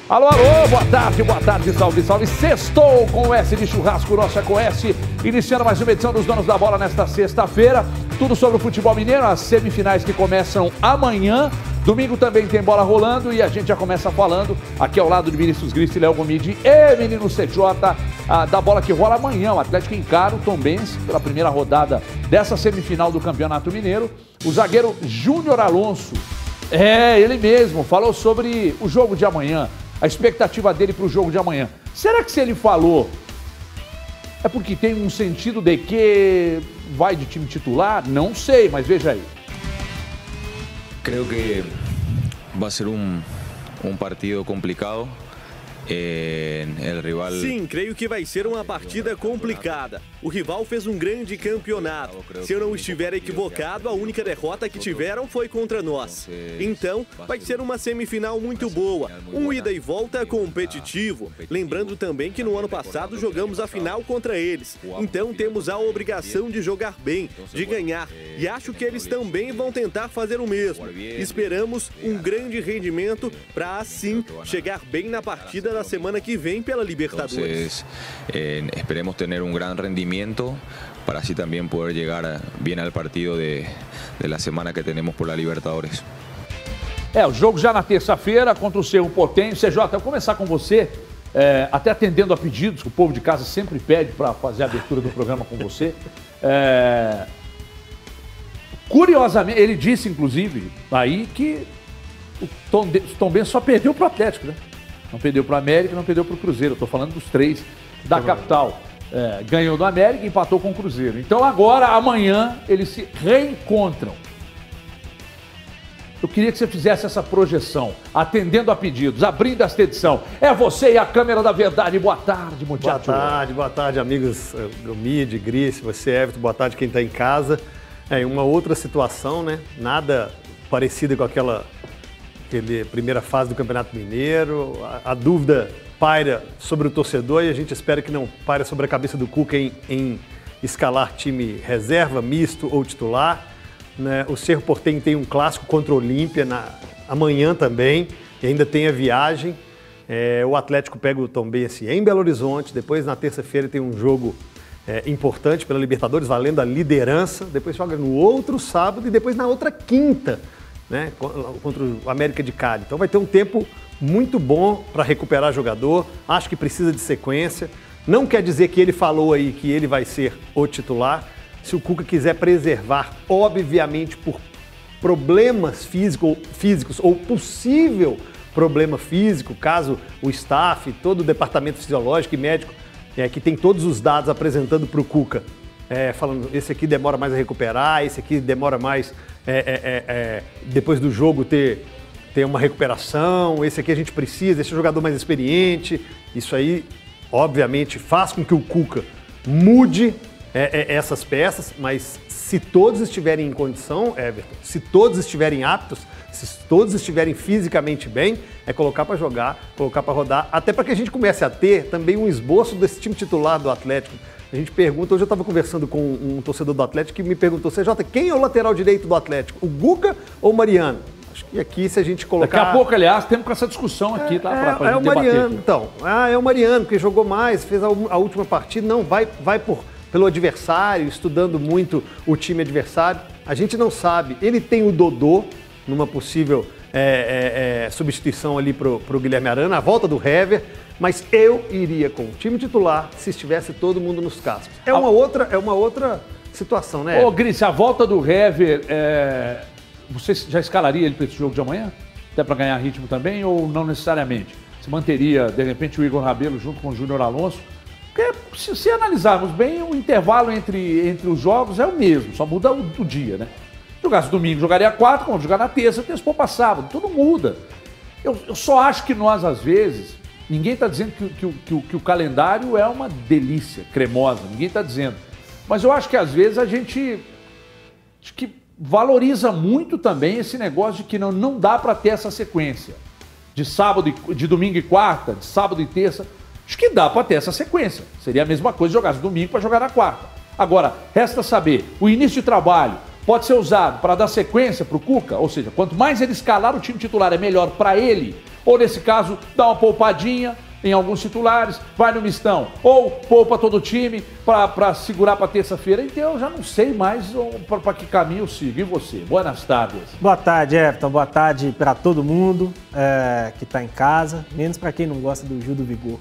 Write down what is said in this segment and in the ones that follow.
Alô, alô, boa tarde, salve, salve. Sextou com o S de churrasco, Rocha com S, iniciando mais uma edição dos Donos da Bola nesta sexta-feira. Tudo sobre o futebol mineiro, as semifinais que começam amanhã. Domingo também tem bola rolando e a gente já começa falando aqui ao lado de Vinícius Grist, Léo Gomide e Menino CJ, da bola que rola amanhã. O Atlético encara o Tombense pela primeira rodada dessa semifinal do Campeonato Mineiro. O zagueiro Júnior Alonso, ele mesmo, falou sobre o jogo de amanhã. A expectativa dele para o jogo de amanhã. Será que se ele falou é porque tem um sentido de que vai de time titular? Não sei, mas veja aí. Creo que va a ser un partido complicado. El rival... Sim, creio que vai ser uma partida complicada. O rival fez um grande campeonato. Se eu não estiver equivocado, a única derrota que tiveram foi contra nós. Então, vai ser uma semifinal muito boa. Um ida e volta competitivo. Lembrando também que no ano passado jogamos a final contra eles. Então, temos a obrigação de jogar bem, de ganhar. E acho que eles também vão tentar fazer o mesmo. Esperamos um grande rendimento para, assim, chegar bem na partida da semana que vem pela Libertadores. Entonces, esperemos tener un gran rendimiento para así también poder llegar bien al partido de la semana que tenemos por la Libertadores. O jogo já na terça-feira contra o Cerro Porteño. CJ, eu vou começar com você, até atendendo a pedidos que o povo de casa sempre pede para fazer a abertura do programa com você. Curiosamente, ele disse, inclusive, aí que o Tombense só perdeu para o Atlético, né? Não perdeu para o América, não perdeu para o Cruzeiro. Eu estou falando dos três da capital. Ganhou do América e empatou com o Cruzeiro. Então agora, amanhã, eles se reencontram. Eu queria que você fizesse essa projeção, atendendo a pedidos, abrindo esta edição. É você e a câmera da verdade. Boa tarde, muchacho. Boa tarde, amigos do Mid, Gris, você, Everton. Boa tarde, quem está em casa. Uma outra situação, né? Nada parecida com aquela primeira fase do Campeonato Mineiro. A dúvida paira sobre o torcedor e a gente espera que não paire sobre a cabeça do Cuca em escalar time reserva, misto ou titular. Né? O Cerro Porteño tem um clássico contra o Olímpia amanhã também, e ainda tem a viagem. O Atlético pega o Tombense em Belo Horizonte, depois na terça-feira tem um jogo importante pela Libertadores, valendo a liderança, depois joga no outro sábado e depois na outra quinta, né, contra o América de Cali. Então vai ter um tempo muito bom para recuperar jogador, acho que precisa de sequência. Não quer dizer que ele falou aí que ele vai ser o titular. Se o Cuca quiser preservar, obviamente por problemas físicos ou possível problema físico, caso o staff, todo o departamento fisiológico e médico, que tem todos os dados apresentando para o Cuca, falando, esse aqui demora mais a recuperar, esse aqui demora mais depois do jogo ter uma recuperação, esse aqui a gente precisa, esse jogador mais experiente. Isso aí, obviamente, faz com que o Cuca mude essas peças, mas se todos estiverem em condição, Everton, se todos estiverem aptos, se todos estiverem fisicamente bem, é colocar para jogar, colocar para rodar, até para que a gente comece a ter também um esboço desse time titular do Atlético. A gente pergunta, hoje eu estava conversando com um torcedor do Atlético que me perguntou, CJ, quem é o lateral direito do Atlético, o Guga ou o Mariano? Acho que aqui, se a gente colocar... Daqui a pouco, aliás, temos com essa discussão aqui, tá? Pra é o Mariano, então. É o Mariano, porque jogou mais, fez a última partida, não, vai pelo adversário, estudando muito o time adversário. A gente não sabe, ele tem o Dodô, numa possível substituição ali pro Guilherme Arana, a volta do Hever, mas eu iria com o time titular se estivesse todo mundo nos cascos. É uma outra situação, né? Ô, Gris, a volta do Hever, você já escalaria ele para esse jogo de amanhã? Até para ganhar ritmo também ou não necessariamente? Você manteria, de repente, o Igor Rabelo junto com o Júnior Alonso? Porque, se analisarmos bem, o intervalo entre os jogos é o mesmo, só muda o dia, né? Jogasse domingo, jogaria quarta, quando jogar na terça para sábado, tudo muda. Eu só acho que nós, às vezes, ninguém está dizendo que o calendário é uma delícia, cremosa, ninguém está dizendo. Mas eu acho que, às vezes, a gente acho que valoriza muito também esse negócio de que não dá para ter essa sequência de sábado, de domingo e quarta, de sábado e terça. Acho que dá para ter essa sequência. Seria a mesma coisa jogar domingo para jogar na quarta. Agora, resta saber, o início de trabalho pode ser usado para dar sequência para o Cuca, ou seja, quanto mais ele escalar o time titular é melhor para ele, Ou nesse caso, dá uma poupadinha em alguns titulares, vai no mistão. Ou poupa todo o time para segurar para terça-feira. Então eu já não sei mais para que caminho eu sigo. E você? Buenas tardes. Boa tarde, Everton. Boa tarde para todo mundo que está em casa, menos para quem não gosta do Gil do Vigor.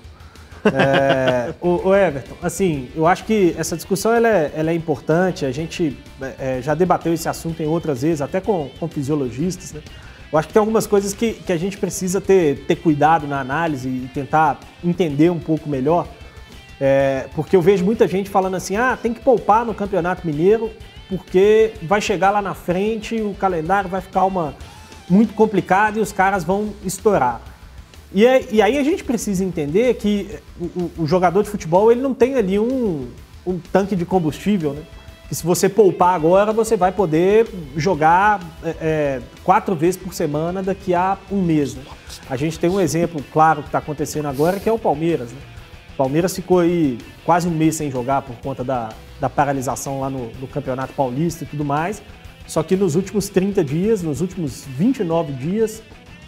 O Everton, assim, eu acho que essa discussão ela é importante. A gente já debateu esse assunto em outras vezes, até com fisiologistas, né? Eu acho que tem algumas coisas que a gente precisa ter cuidado na análise e tentar entender um pouco melhor, porque eu vejo muita gente falando assim, tem que poupar no Campeonato Mineiro porque vai chegar lá na frente, o calendário vai ficar muito complicado e os caras vão estourar. E aí a gente precisa entender que o jogador de futebol ele não tem ali um tanque de combustível, né? Que se você poupar agora, você vai poder jogar 4 vezes por semana daqui a um mês. Né? A gente tem um exemplo claro que está acontecendo agora, que é o Palmeiras. Né? O Palmeiras ficou aí quase um mês sem jogar por conta da paralisação lá no Campeonato Paulista e tudo mais. Só que nos últimos 30 dias, nos últimos 29 dias,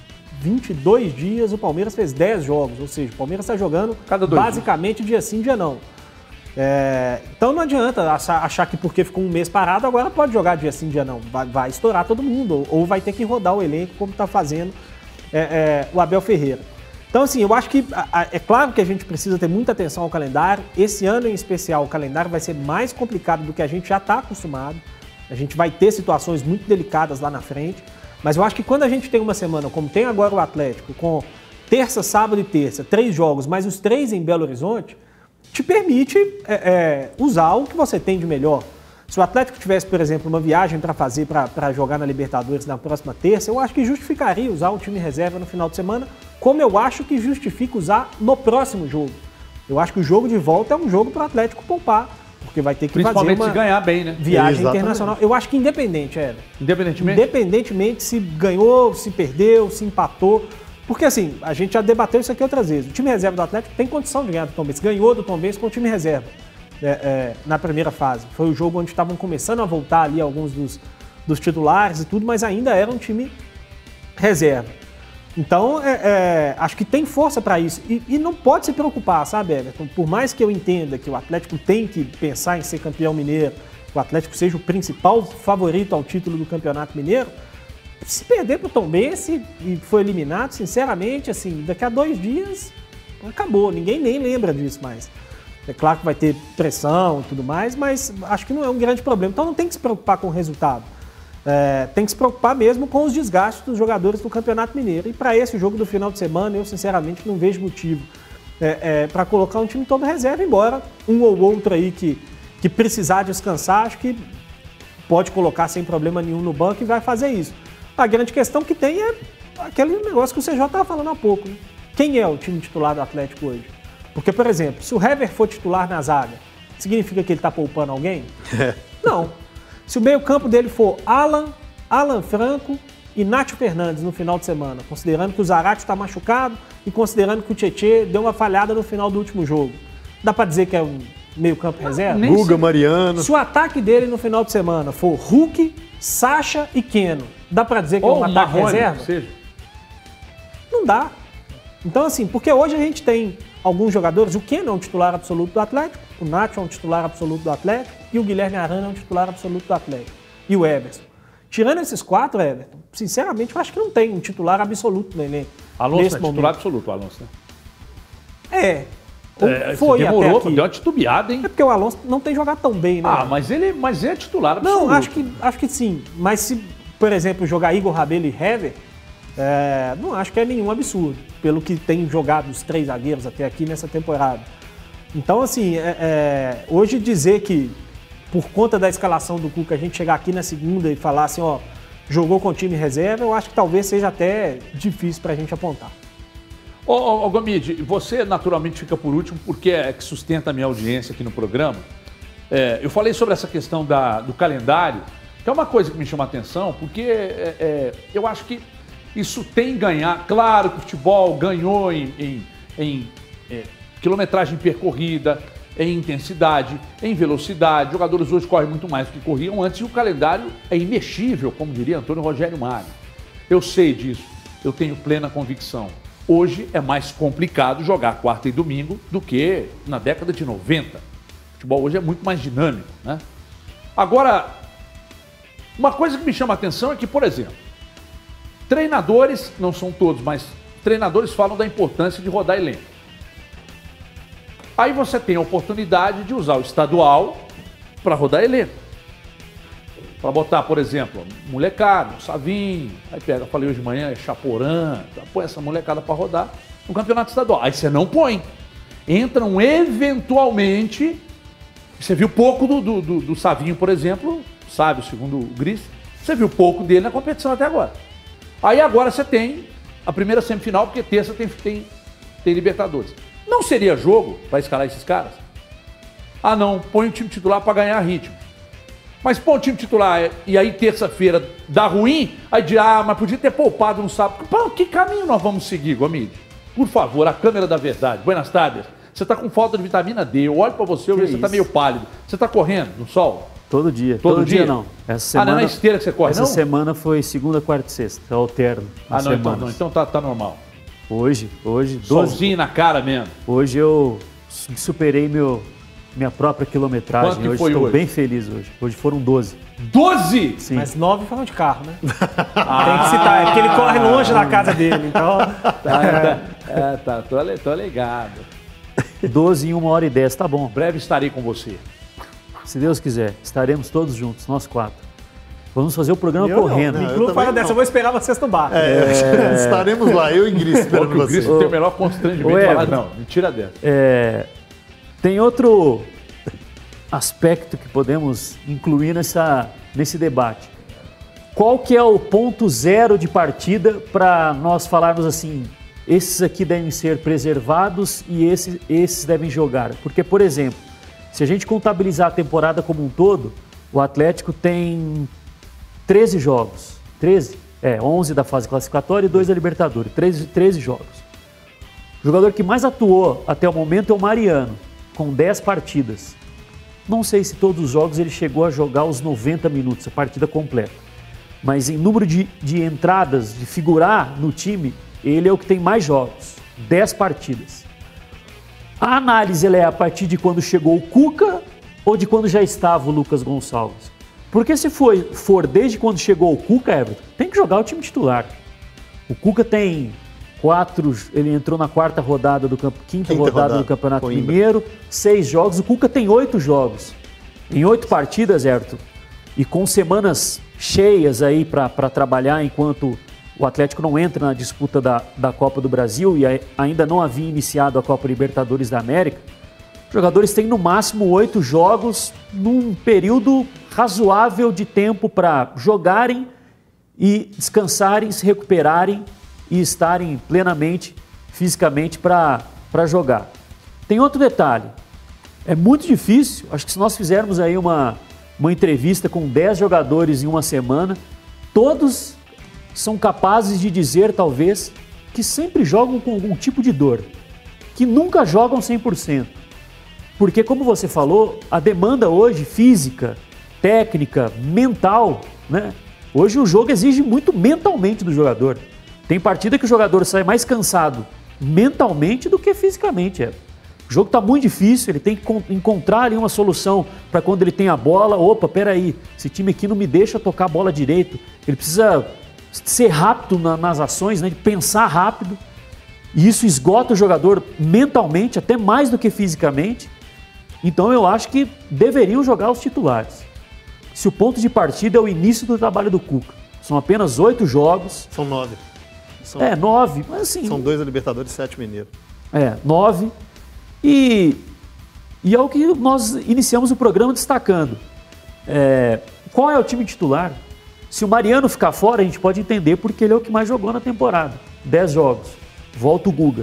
22 dias, o Palmeiras fez 10 jogos. Ou seja, o Palmeiras está jogando basicamente dia sim, dia não. Então não adianta achar que porque ficou um mês parado, agora pode jogar dia sim, dia não. Vai estourar todo mundo, ou vai ter que rodar o elenco como está fazendo o Abel Ferreira. Então assim, eu acho que é claro que a gente precisa ter muita atenção ao calendário. Esse ano em especial, o calendário vai ser mais complicado do que a gente já está acostumado. A gente vai ter situações muito delicadas lá na frente. Mas eu acho que quando a gente tem uma semana, como tem agora o Atlético, com terça, sábado e terça, 3 jogos, mas os 3 em Belo Horizonte, te permite usar o que você tem de melhor. Se o Atlético tivesse, por exemplo, uma viagem para fazer para jogar na Libertadores na próxima terça, eu acho que justificaria usar o time reserva no final de semana, como eu acho que justifica usar no próximo jogo. Eu acho que o jogo de volta é um jogo para o Atlético poupar, porque vai ter que fazer uma se ganhar bem, né? Viagem internacional. Eu acho que independentemente se ganhou, se perdeu, se empatou. Porque assim, a gente já debateu isso aqui outras vezes. O time reserva do Atlético tem condição de ganhar do Tombense. Ganhou do Tombense com o time reserva na primeira fase. Foi o jogo onde estavam começando a voltar ali alguns dos titulares e tudo, mas ainda era um time reserva. Então, acho que tem força para isso. E não pode se preocupar, sabe, Everton? Por mais que eu entenda que o Atlético tem que pensar em ser campeão mineiro, o Atlético seja o principal favorito ao título do Campeonato Mineiro, se perder para o Tombense e foi eliminado, sinceramente, assim, daqui a 2 dias acabou. Ninguém nem lembra disso mais. É claro que vai ter pressão e tudo mais, mas acho que não é um grande problema. Então não tem que se preocupar com o resultado. Tem que se preocupar mesmo com os desgastes dos jogadores do Campeonato Mineiro. E para esse jogo do final de semana, eu sinceramente não vejo motivo para colocar um time todo reserva, embora um ou outro aí que precisar descansar, acho que pode colocar sem problema nenhum no banco e vai fazer isso. A grande questão que tem é aquele negócio que o CJ estava falando há pouco. Né? Quem é o time titular do Atlético hoje? Porque, por exemplo, se o Hever for titular na zaga, significa que ele está poupando alguém? Não. Se o meio-campo dele for Alan Franco e Nátio Fernandes no final de semana, considerando que o Zarate está machucado e considerando que o Tietê deu uma falhada no final do último jogo, dá para dizer que é um meio-campo reserva? Guga, Mariano. Se o ataque dele no final de semana for Hulk, Sacha e Keno, dá pra dizer que é um ataque reserva? Não dá. Então, assim, porque hoje a gente tem alguns jogadores, o Keno é um titular absoluto do Atlético, o Nacho é um titular absoluto do Atlético e o Guilherme Arana é um titular absoluto do Atlético. E o Everson. Tirando esses 4, Everton, sinceramente, eu acho que não tem um titular absoluto no elenco. Alonso é titular absoluto, o Alonso, né? Foi demorou, até aqui. Deu uma titubeada, hein? É porque o Alonso não tem jogado tão bem, né? Mas é titular absoluto. Não, acho que sim. Mas se, por exemplo, jogar Igor Rabelo e Hever, não acho que é nenhum absurdo, pelo que tem jogado os 3 zagueiros até aqui nessa temporada. Então, assim, hoje dizer que, por conta da escalação do Cuca, a gente chegar aqui na segunda e falar assim, ó, jogou com o time reserva, eu acho que talvez seja até difícil pra gente apontar. Ô Gomide, você naturalmente fica por último porque é que sustenta a minha audiência aqui no programa. Eu falei sobre essa questão do calendário, que é uma coisa que me chama a atenção, porque eu acho que isso tem que ganhar. Claro que o futebol ganhou em quilometragem percorrida, em intensidade, em velocidade. Jogadores hoje correm muito mais do que corriam antes e o calendário é imexível, como diria Antônio Rogério Mário. Eu sei disso, eu tenho plena convicção. Hoje é mais complicado jogar quarta e domingo do que na década de 90. O futebol hoje é muito mais dinâmico, né? Agora, uma coisa que me chama a atenção é que, por exemplo, treinadores, não são todos, mas treinadores falam da importância de rodar elenco. Aí você tem a oportunidade de usar o estadual para rodar elenco. Para botar, por exemplo, molecada, Savinho, aí pega, falei hoje de manhã, é Chaporã, põe essa molecada para rodar no campeonato estadual. Aí você não põe. Entram eventualmente, você viu pouco do Savinho, por exemplo, Sávio, segundo o Gris, você viu pouco dele na competição até agora. Aí agora você tem a primeira semifinal, porque terça tem Libertadores. Não seria jogo para escalar esses caras? Ah não, põe o time titular para ganhar ritmo. Mas põe o time titular e aí terça-feira dá ruim, aí diz, mas podia ter poupado no sábado. Pô, que caminho nós vamos seguir, Gomide? Por favor, a câmera da verdade. Buenas tardes. Você está com falta de vitamina D, eu olho para você, eu vejo que você está meio pálido. Você está correndo no sol? Todo dia. Todo dia não. Essa semana, não é na esteira que você corre, essa não? semana foi segunda, quarta e sexta, é alterno. Não, então tá normal. Hoje, Solzinho na cara mesmo. Hoje eu superei minha própria quilometragem. Quanto que hoje foi estou hoje? bem feliz hoje. Hoje foram 12. 12? Sim. Mas 9 foram de carro, né? Tem que citar, é porque ele corre longe da casa dele, então... Tô ligado. 12 em 1h10, tá bom. Breve estarei com você. Se Deus quiser, estaremos todos juntos, nós 4. Vamos fazer o programa Eu correndo. não, Me incluo fora dessa, eu vou esperar vocês no bar. Estaremos lá, eu e Gris esperando O Gris você. tem o melhor constrangimento de falar, não, mentira dessa. Tem outro aspecto que podemos incluir nesse debate. Qual que é o ponto zero de partida para nós falarmos assim, esses aqui devem ser preservados e esses devem jogar? Porque, por exemplo, se a gente contabilizar a temporada como um todo, o Atlético tem 13 jogos. 11 da fase classificatória e 2 da Libertadores. 13 jogos. O jogador que mais atuou até o momento é o Mariano, com 10 partidas. Não sei se todos os jogos ele chegou a jogar os 90 minutos, a partida completa. Mas em número de entradas, de figurar no time, ele é o que tem mais jogos. 10 partidas. A análise ela é a partir de quando chegou o Cuca ou de quando já estava o Lucas Gonçalves? Porque se for desde quando chegou o Cuca, Everton, tem que jogar o time titular. O Cuca tem 4, ele entrou na quarta rodada quinta rodada do Campeonato Mineiro, 6 jogos, o Cuca tem 8 jogos. Em 8 partidas, Everton, e com semanas cheias aí para trabalhar enquanto o Atlético não entra na disputa da Copa do Brasil e ainda não havia iniciado a Copa Libertadores da América, os jogadores têm no máximo 8 jogos num período razoável de tempo para jogarem e descansarem, se recuperarem e estarem plenamente, fisicamente, para jogar. Tem outro detalhe, é muito difícil, acho que se nós fizermos aí uma entrevista com 10 jogadores em uma semana, todos são capazes de dizer, talvez, que sempre jogam com algum tipo de dor, que nunca jogam 100%. Porque, como você falou, a demanda hoje, física, técnica, mental, né? Hoje o jogo exige muito mentalmente do jogador. Tem partida que o jogador sai mais cansado mentalmente do que fisicamente. O jogo está muito difícil, ele tem que encontrar ali uma solução para quando ele tem a bola. Opa, peraí, esse time aqui não me deixa tocar a bola direito. Ele precisa ser rápido nas ações, né, de pensar rápido. E isso esgota o jogador mentalmente, até mais do que fisicamente. Então eu acho que deveriam jogar os titulares. Se o ponto de partida é o início do trabalho do Cuca. São apenas 8 jogos. São 9. 9, mas assim... São 2 da Libertadores e 7 Mineiro. 9. E é o que nós iniciamos o programa destacando. Qual é o time titular? Se o Mariano ficar fora, a gente pode entender porque ele é o que mais jogou na temporada. 10 jogos. Volta o Guga.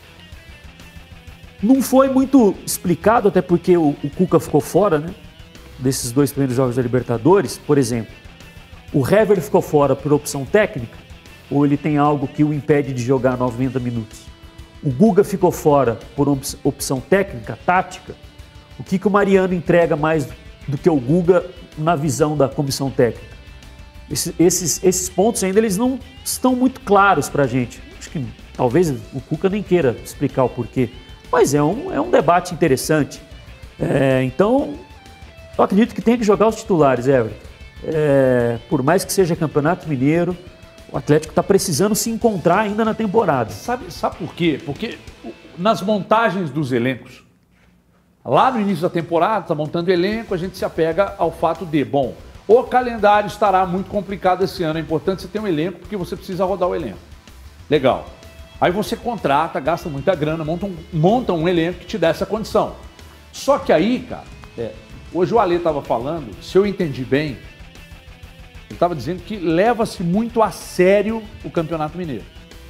Não foi muito explicado, até porque o Cuca ficou fora, né? Desses 2 primeiros jogos da Libertadores. Por exemplo, o Hever ficou fora por opção técnica ou ele tem algo que o impede de jogar 90 minutos? O Guga ficou fora por opção técnica, tática. O que o Mariano entrega mais do que o Guga na visão da comissão técnica? Esses pontos ainda eles não estão muito claros para a gente. Acho que Talvez o Cuca nem queira explicar o porquê, mas é um debate interessante. Então, eu acredito que tem que jogar os titulares, Everton. Por mais que seja Campeonato Mineiro, o Atlético está precisando se encontrar ainda na temporada. Sabe por quê? Porque nas montagens dos elencos, lá no início da temporada, está montando elenco, a gente se apega ao fato de, bom, o calendário estará muito complicado esse ano, é importante você ter um elenco porque você precisa rodar o elenco. Legal. Aí você contrata, gasta muita grana, monta um elenco que te dá essa condição. Só que aí, cara, hoje o Ale estava falando, se eu entendi bem, ele estava dizendo que leva-se muito a sério o Campeonato Mineiro.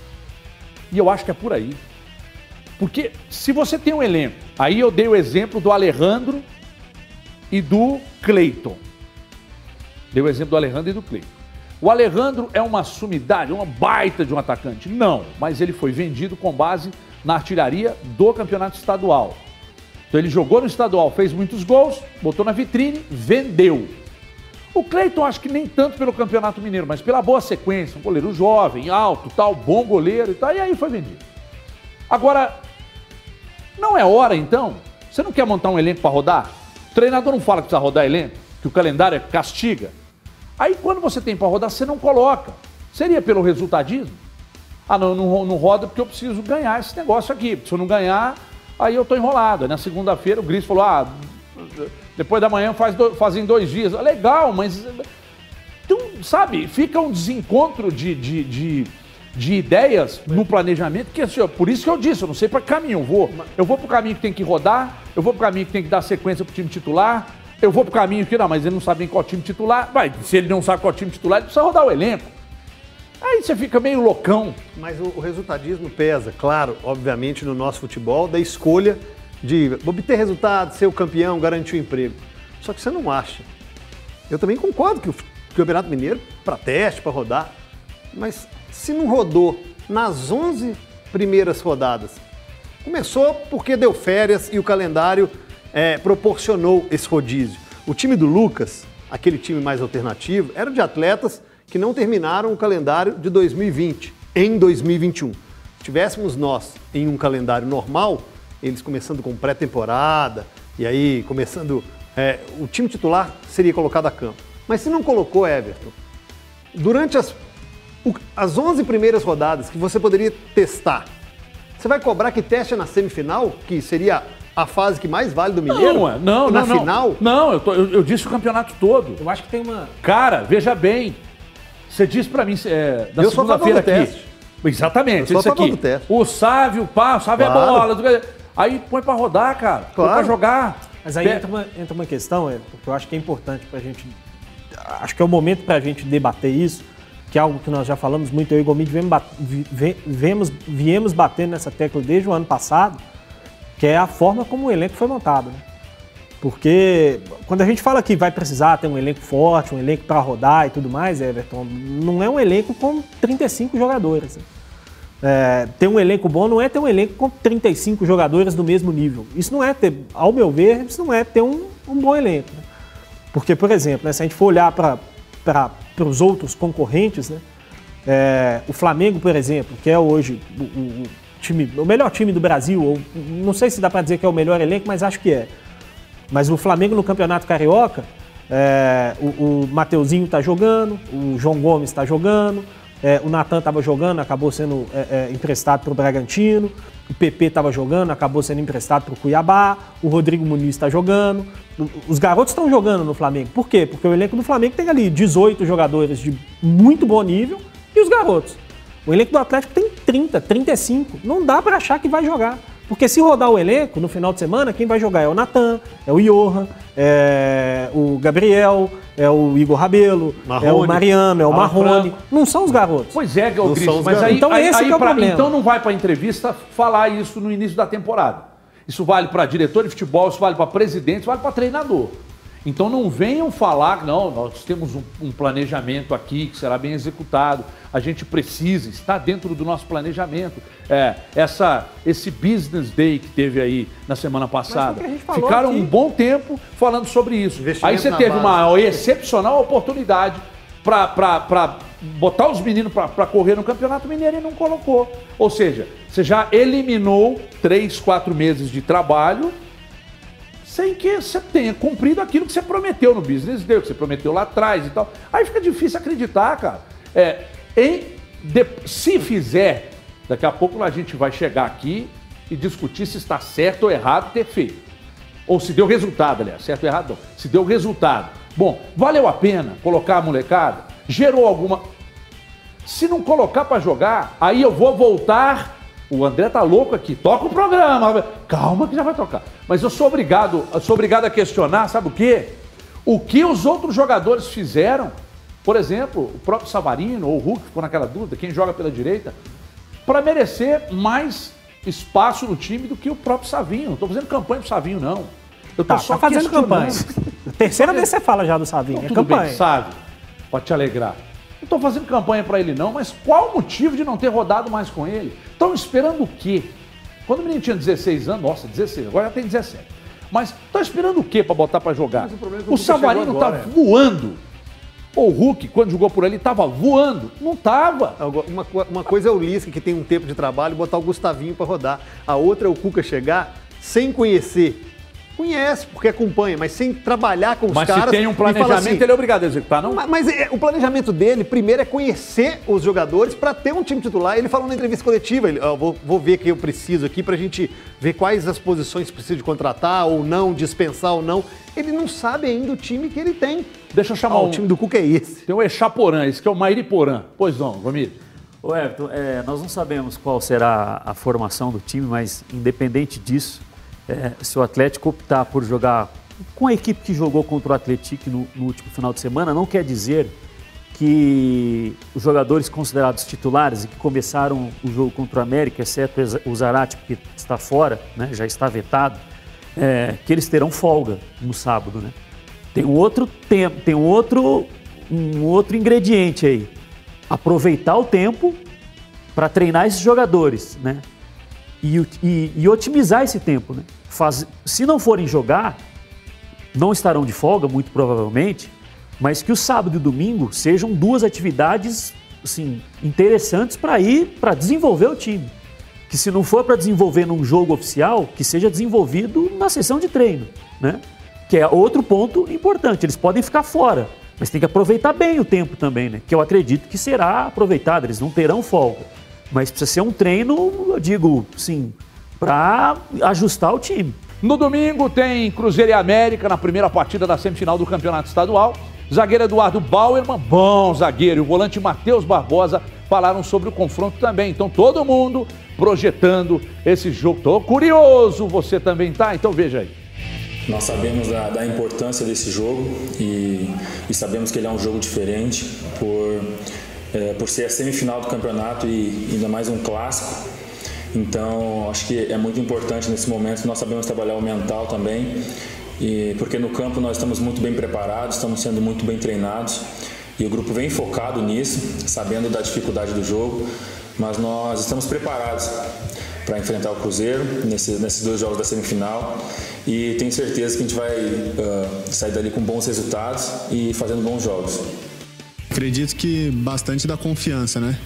E eu acho que é por aí. Porque se você tem um elenco, aí eu dei o exemplo do Alejandro e do Cleiton. Dei o exemplo do Alejandro e do Cleiton. O Alejandro é uma sumidade, uma baita de um atacante? Não, mas ele foi vendido com base na artilharia do campeonato estadual. Então ele jogou no estadual, fez muitos gols, botou na vitrine, vendeu. O Cleiton acho que nem tanto pelo Campeonato Mineiro, mas pela boa sequência, um goleiro jovem, alto, tal, bom goleiro e tal, e aí foi vendido. Agora, não é hora então? Você não quer montar um elenco para rodar? O treinador não fala que precisa rodar elenco, que o calendário castiga. Aí quando você tem para rodar, você não coloca. Seria pelo resultadismo? Ah, não roda porque eu preciso ganhar esse negócio aqui. Se eu não ganhar, aí eu estou enrolado. Aí na segunda-feira o Gris falou, depois da manhã fazem 2 dias. Legal, mas... Então, sabe, fica um desencontro de ideias no planejamento, que assim, por isso que eu disse, eu não sei para que caminho eu vou. Eu vou para o caminho que tem que rodar, eu vou para o caminho que tem que dar sequência para o time titular, eu vou para o caminho que não, mas ele não sabe nem qual time titular. Se ele não sabe qual time titular, ele precisa rodar o elenco. Aí você fica meio loucão. Mas o resultadismo pesa, claro, obviamente, no nosso futebol, da escolha de obter resultado, ser o campeão, garantir o emprego. Só que você não acha. Eu também concordo que o Campeonato Mineiro, para teste, para rodar, mas se não rodou nas 11 primeiras rodadas, começou porque deu férias e o calendário proporcionou esse rodízio. O time do Lucas, aquele time mais alternativo, era de atletas que não terminaram o calendário de 2020 em 2021. Se tivéssemos nós em um calendário normal, eles começando com pré-temporada e aí começando... o time titular seria colocado a campo. Mas se não colocou, Everton, durante as 11 primeiras rodadas que você poderia testar, você vai cobrar que teste na semifinal, que seria a fase que mais vale do Mineiro? Não. Na final? Não, eu disse o campeonato todo. Eu acho que tem uma... Cara, veja bem, você disse pra mim na segunda-feira aqui. Teste. Exatamente, eu isso aqui. O Sávio, o Sávio claro. É bola. Aí põe pra rodar, cara. Claro. Põe pra jogar. Mas aí entra uma questão, que eu acho que é importante pra gente... Acho que é o momento pra gente debater isso, que é algo que nós já falamos muito, eu e o Gomide viemos batendo nessa tecla desde o ano passado, que é a forma como o elenco foi montado, né? Porque quando a gente fala que vai precisar ter um elenco forte, um elenco para rodar e tudo mais, Everton, não é um elenco com 35 jogadores. Ter um elenco bom não é ter um elenco com 35 jogadores do mesmo nível. Isso não é ter, ao meu ver, isso não é ter um bom elenco. Né? Porque, por exemplo, se a gente for olhar para os outros concorrentes, né? O Flamengo, por exemplo, que é hoje o melhor time do Brasil, ou não sei se dá para dizer que é o melhor elenco, mas acho que é. Mas o Flamengo no Campeonato Carioca, o Mateuzinho está jogando, o João Gomes está jogando, o Natan estava jogando, acabou sendo emprestado para o Bragantino, o PP estava jogando, acabou sendo emprestado para o Cuiabá, o Rodrigo Muniz está jogando, os garotos estão jogando no Flamengo. Por quê? Porque o elenco do Flamengo tem ali 18 jogadores de muito bom nível e os garotos. O elenco do Atlético tem 30, 35, não dá para achar que vai jogar. Porque se rodar o elenco, no final de semana, quem vai jogar é o Natan, é o Johan, é o Gabriel, é o Igor Rabelo, é o Mariano, é o Marrone. Não são os garotos. Pois é, Gris, mas aí, então esse é o problema. Então não vai para a entrevista falar isso no início da temporada. Isso vale para diretor de futebol, isso vale para presidente, isso vale para treinador. Então não venham falar, não, nós temos um planejamento aqui que será bem executado, a gente precisa, está dentro do nosso planejamento. Esse business day que teve aí na semana passada, ficaram aqui um bom tempo falando sobre isso. Aí você teve uma excepcional oportunidade para botar os meninos para correr no Campeonato Mineiro e não colocou. Ou seja, você já eliminou 3, 4 meses de trabalho sem que você tenha cumprido aquilo que você prometeu no Business Day, que você prometeu lá atrás e tal. Aí fica difícil acreditar, cara. Se fizer, daqui a pouco a gente vai chegar aqui e discutir se está certo ou errado ter feito. Ou se deu resultado, aliás. Certo ou errado não. Se deu resultado. Bom, valeu a pena colocar a molecada? Gerou alguma... Se não colocar para jogar, aí eu vou voltar... O André tá louco aqui, toca o programa. Calma que já vai tocar. Mas eu sou obrigado a questionar, sabe o quê? O que os outros jogadores fizeram, por exemplo, o próprio Savarino ou o Hulk, ficou naquela dúvida, quem joga pela direita, para merecer mais espaço no time do que o próprio Savinho. Não tô fazendo campanha pro Savinho, não. Eu tô só fazendo campanha. Terceira vez você fala já do Savinho, então, é tudo campanha. Bem, sabe? Pode te alegrar. Não estou fazendo campanha para ele não, mas qual o motivo de não ter rodado mais com ele? Estão esperando o quê? Quando o menino tinha 16 anos, nossa, 16, agora já tem 17. Mas estão esperando o quê para botar para jogar? O Savarino está voando. O Hulk, quando jogou por ali, estava voando. Não estava. Uma coisa é o Lisca, que tem um tempo de trabalho, e botar o Gustavinho para rodar. A outra é o Cuca chegar sem conhecer. Conhece, porque acompanha, mas sem trabalhar com os caras. Mas se tem um planejamento, assim, ele é obrigado a executar, não? Mas o planejamento dele, primeiro, é conhecer os jogadores para ter um time titular. Ele falou na entrevista coletiva, vou ver o que eu preciso aqui para a gente ver quais as posições que precisa de contratar ou não, dispensar ou não. Ele não sabe ainda o time que ele tem. Deixa eu chamar o time do Cuca é esse. Tem o Echaporã, esse que é o Mairiporã. Pois não, Ramiro. Ô Everton, nós não sabemos qual será a formação do time, mas independente disso, se o Atlético optar por jogar com a equipe que jogou contra o Atlético no último final de semana, não quer dizer que os jogadores considerados titulares e que começaram o jogo contra o América, exceto o Zarate, porque está fora, né, já está vetado, que eles terão folga no sábado, né? Tem um outro ingrediente aí. Aproveitar o tempo para treinar esses jogadores, né? E otimizar esse tempo, né? Se não forem jogar, não estarão de folga, muito provavelmente, mas que o sábado e o domingo sejam 2 atividades assim, interessantes para desenvolver o time. Que se não for para desenvolver num jogo oficial, que seja desenvolvido na sessão de treino, né? Que é outro ponto importante. Eles podem ficar fora, mas tem que aproveitar bem o tempo também, né? Que eu acredito que será aproveitado, eles não terão folga. Mas precisa ser um treino, eu digo, sim, para ajustar o time. No domingo tem Cruzeiro e América na primeira partida da semifinal do Campeonato Estadual. Zagueiro Eduardo Bauerman, bom zagueiro, e o volante Matheus Barbosa falaram sobre o confronto também. Então todo mundo projetando esse jogo. Tô curioso, você também tá? Então veja aí. Nós sabemos da importância desse jogo e sabemos que ele é um jogo diferente por ser a semifinal do campeonato e ainda mais um clássico. Então, acho que é muito importante nesse momento. Nós sabemos trabalhar o mental também, porque no campo nós estamos muito bem preparados, estamos sendo muito bem treinados e o grupo vem focado nisso, sabendo da dificuldade do jogo, mas nós estamos preparados para enfrentar o Cruzeiro nesses 2 jogos da semifinal e tenho certeza que a gente vai sair dali com bons resultados e fazendo bons jogos. Acredito que bastante da confiança, né?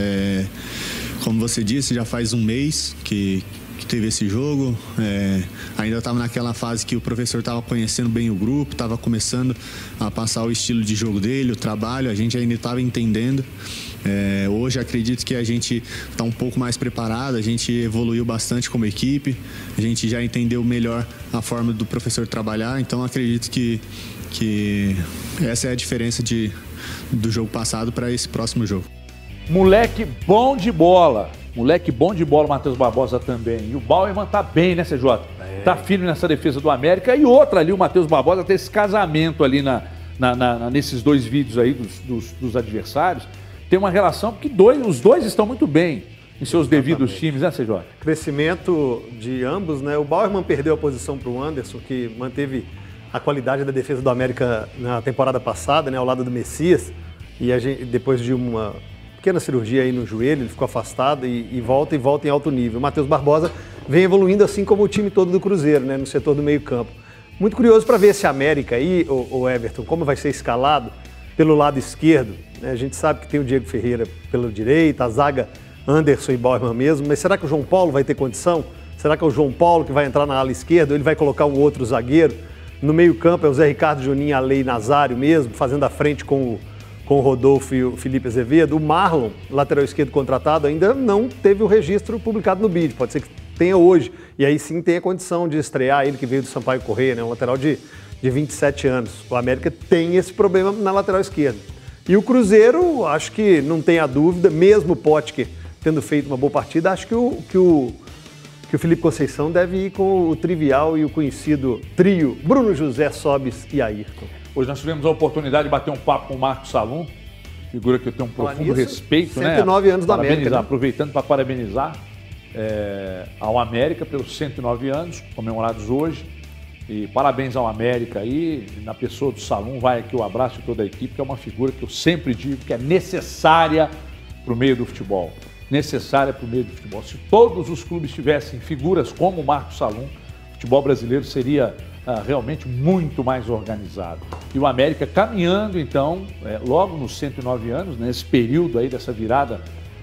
Como você disse, já faz um mês que teve esse jogo. Ainda estava naquela fase que o professor estava conhecendo bem o grupo, estava começando a passar o estilo de jogo dele, o trabalho, a gente ainda estava entendendo. Hoje acredito que a gente está um pouco mais preparado, a gente evoluiu bastante como equipe, a gente já entendeu melhor a forma do professor trabalhar, então acredito que essa é a diferença do jogo passado para esse próximo jogo. Moleque bom de bola, Matheus Barbosa também. E o Bauerman tá bem, né, CJ? Tá firme nessa defesa do América. E outra ali, o Matheus Barbosa tem esse casamento ali nesses 2 vídeos aí dos adversários. Tem uma relação, porque os dois estão muito bem em seus devidos times, né, CJ? Crescimento de ambos, né? O Bauerman perdeu a posição para o Anderson, que manteve a qualidade da defesa do América na temporada passada, né, ao lado do Messias. E depois de uma pequena cirurgia aí no joelho, ele ficou afastado e volta em alto nível. O Matheus Barbosa vem evoluindo assim como o time todo do Cruzeiro, né, no setor do meio-campo. Muito curioso para ver esse América aí, o Everton, como vai ser escalado pelo lado esquerdo. né? A gente sabe que tem o Diego Ferreira pela direita, a zaga Anderson e Bauerman mesmo, mas será que o João Paulo vai ter condição? Será que é o João Paulo que vai entrar na ala esquerda ou ele vai colocar um outro zagueiro? No meio-campo é o Zé Ricardo, Juninho, Alê e Nazário mesmo, fazendo a frente com o Rodolfo e o Felipe Azevedo. O Marlon, lateral esquerdo contratado, ainda não teve o registro publicado no BID. Pode ser que tenha hoje. E aí sim tem a condição de estrear ele que veio do Sampaio Corrêa, né? Um lateral de 27 anos. O América tem esse problema na lateral esquerda. E o Cruzeiro, acho que não tem a dúvida, mesmo o Potker tendo feito uma boa partida, acho que o Felipe Conceição deve ir com o trivial e o conhecido trio Bruno José, Sobis e Ayrton. Hoje nós tivemos a oportunidade de bater um papo com o Marcos Salum, figura que eu tenho um profundo respeito, 109 anos do América. Né? Aproveitando para parabenizar ao América pelos 109 anos comemorados hoje. E parabéns ao América aí, na pessoa do Salum, vai aqui o abraço de toda a equipe, que é uma figura que eu sempre digo que é necessária para o meio do futebol. Necessária para o meio do futebol. Se todos os clubes tivessem figuras como o Marcos Salum, o futebol brasileiro seria realmente muito mais organizado. E o América caminhando, então, logo nos 109 anos, nesse período aí dessa virada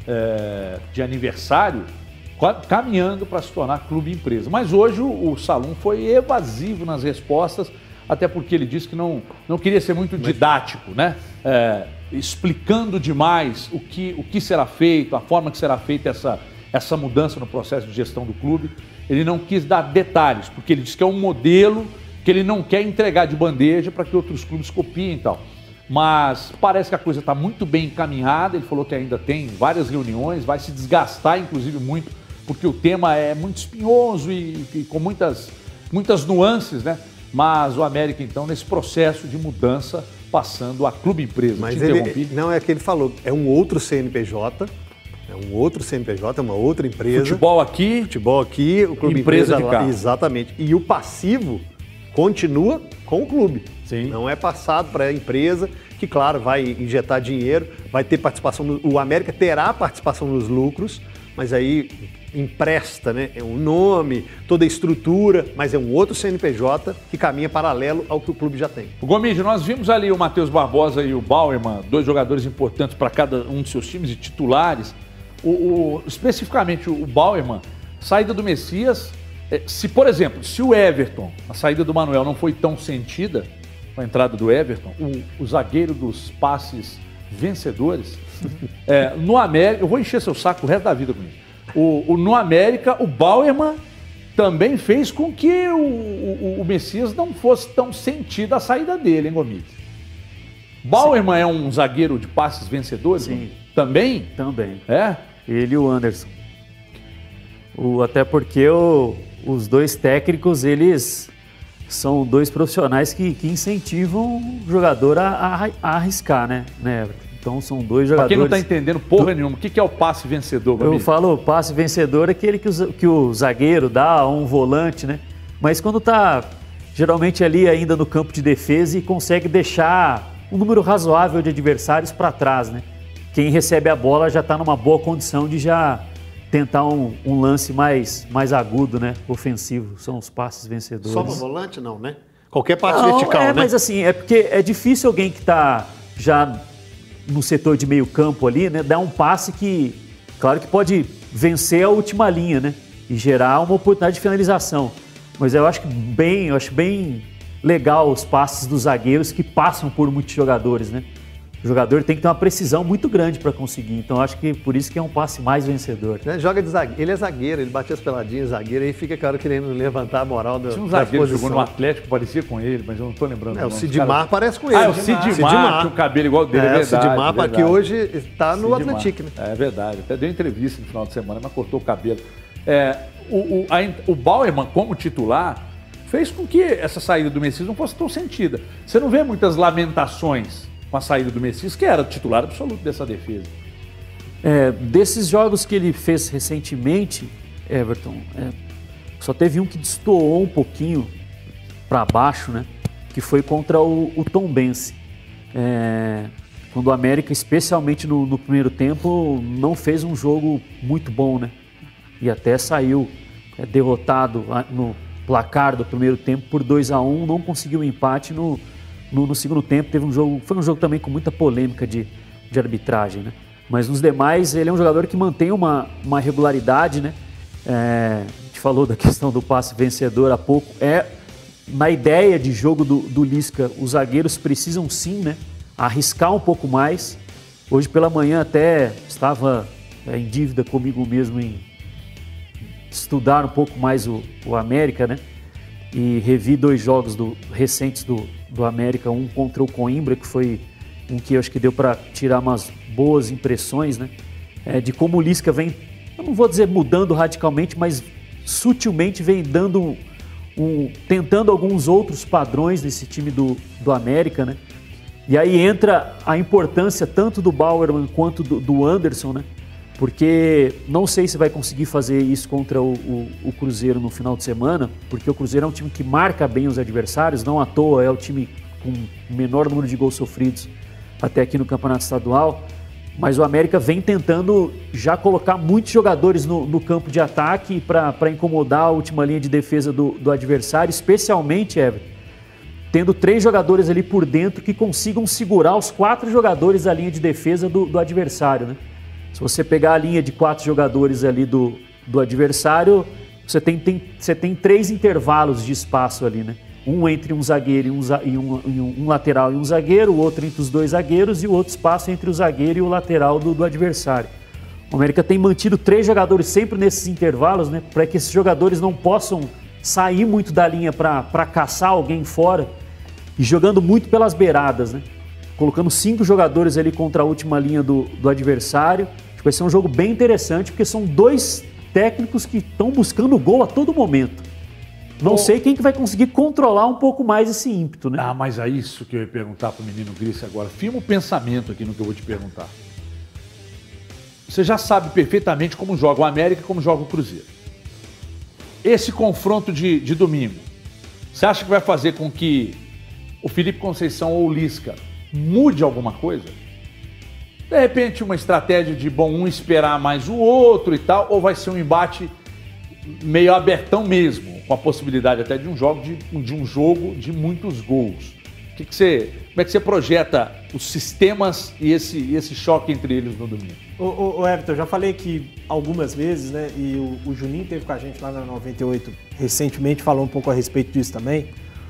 de aniversário, caminhando para se tornar clube empresa. Mas hoje o Salum foi evasivo nas respostas, até porque ele disse que não queria ser muito didático, né? Explicando demais o que será feito, a forma que será feita essa mudança no processo de gestão do clube. Ele não quis dar detalhes, porque ele disse que é um modelo que ele não quer entregar de bandeja para que outros clubes copiem e tal. Mas parece que a coisa está muito bem encaminhada. Ele falou que ainda tem várias reuniões, vai se desgastar, inclusive, muito, porque o tema é muito espinhoso e com muitas nuances, né? Mas o América, então, nesse processo de mudança, passando a clube empresa. Mas não é que ele falou, é um outro CNPJ, é uma outra empresa. Futebol aqui, o clube empresa lá. Exatamente. E o passivo continua com o clube. Sim. Não é passado para a empresa, que, claro, vai injetar dinheiro, vai ter participação. O América terá participação nos lucros, mas aí empresta, né? É um nome, toda a estrutura, mas é um outro CNPJ que caminha paralelo ao que o clube já tem. O Gomide, nós vimos ali o Matheus Barbosa e o Bauerman, dois jogadores importantes para cada um dos seus times e titulares. Especificamente o Bauerman, saída do Messias, se, por exemplo, se o Everton, a saída do Manuel não foi tão sentida, com a entrada do Everton, o zagueiro dos passes vencedores, no América, eu vou encher seu saco o resto da vida com isso. No América, o Bauerman também fez com que o Messias não fosse tão sentida a saída dele, hein, Gomide? Bauerman é um zagueiro de passes vencedores? Sim. Também? Também. É? Ele e o Anderson. Até porque os dois técnicos, eles são dois profissionais que incentivam o jogador a arriscar, né, Everton? Então são dois jogadores... Para quem não está entendendo porra nenhuma, o que é o passe vencedor, Gabi? Eu falo passe vencedor é aquele que o zagueiro dá a um volante, né? Mas quando está geralmente ali ainda no campo de defesa e consegue deixar um número razoável de adversários para trás, né? Quem recebe a bola já está numa boa condição de já tentar um lance mais agudo, né? Ofensivo. São os passes vencedores. Só no volante não, né? Qualquer passe vertical, né? Mas assim, é porque é difícil alguém que está já no setor de meio campo ali, né? Dar um passe que, claro que pode vencer a última linha, né? E gerar uma oportunidade de finalização. Mas eu acho bem legal os passes dos zagueiros que passam por muitos jogadores, né? O jogador tem que ter uma precisão muito grande para conseguir. Então, acho que por isso que é um passe mais vencedor. Joga de zagueiro. Ele é zagueiro, ele bate as peladinhas, zagueiro, aí fica, cara, querendo levantar a moral da Tinha um zagueiro que jogou no Atlético, parecia com ele, mas eu não estou lembrando. O Sidmar parece com ele. O Sidmar, tinha o cabelo igual dele, é verdade. O Sidmar, que hoje está no Atlético, né? É verdade, até deu entrevista no final de semana, mas cortou o cabelo. O Bauerman, como titular, fez com que essa saída do Messias não fosse tão sentida. Você não vê muitas lamentações com a saída do Messias, que era o titular absoluto dessa defesa. Desses jogos que ele fez recentemente, Everton, só teve um que destoou um pouquinho para baixo, né? Que foi contra o Tombense. Quando o América, especialmente no primeiro tempo, não fez um jogo muito bom, né? E até saiu derrotado no placar do primeiro tempo por 2-1, não conseguiu um empate no segundo tempo. Foi um jogo também com muita polêmica de de arbitragem, né? Mas nos demais, ele é um jogador que mantém uma regularidade, né? A gente falou da questão do passe vencedor há pouco. Na ideia de jogo do Lisca, os zagueiros precisam sim, né, arriscar um pouco mais. Hoje pela manhã até estava em dívida comigo mesmo em estudar um pouco mais o América, né? E revi 2 jogos recentes do América, um contra o Coimbra, que foi um que eu acho que deu para tirar umas boas impressões, né? De como o Lisca vem, eu não vou dizer mudando radicalmente, mas sutilmente vem dando tentando alguns outros padrões nesse time do América, né? E aí entra a importância tanto do Bauerman quanto do Anderson, né? Porque não sei se vai conseguir fazer isso contra o Cruzeiro no final de semana, porque o Cruzeiro é um time que marca bem os adversários, não à toa é o time com o menor número de gols sofridos até aqui no Campeonato Estadual, mas o América vem tentando já colocar muitos jogadores no campo de ataque para incomodar a última linha de defesa do adversário, especialmente, Everton, tendo 3 jogadores ali por dentro que consigam segurar os 4 jogadores da linha de defesa do adversário, né? Se você pegar a linha de 4 jogadores ali do adversário, você tem 3 intervalos de espaço ali, né? Um entre um zagueiro e um lateral e um zagueiro, o outro entre os 2 zagueiros e o outro espaço entre o zagueiro e o lateral do adversário. O América tem mantido 3 jogadores sempre nesses intervalos, né? Para que esses jogadores não possam sair muito da linha para caçar alguém fora e jogando muito pelas beiradas, né? Colocando 5 jogadores ali contra a última linha do adversário. Acho que vai ser um jogo bem interessante, porque são 2 técnicos que estão buscando gol a todo momento. Não sei quem que vai conseguir controlar um pouco mais esse ímpeto, né? Ah, mas é isso que eu ia perguntar para o menino Gris agora. Firma o pensamento aqui no que eu vou te perguntar. Você já sabe perfeitamente como joga o América e como joga o Cruzeiro. Esse confronto de domingo, você acha que vai fazer com que o Felipe Conceição ou o Lisca mude alguma coisa? De repente uma estratégia de um esperar mais o outro e tal, ou vai ser um embate meio abertão mesmo, com a possibilidade até de um jogo de muitos gols? Como é que você projeta os sistemas e esse choque entre eles no domingo? Ô Everton, eu já falei aqui algumas vezes, né? E o Juninho esteve com a gente lá na 98 recentemente, falou um pouco a respeito disso também.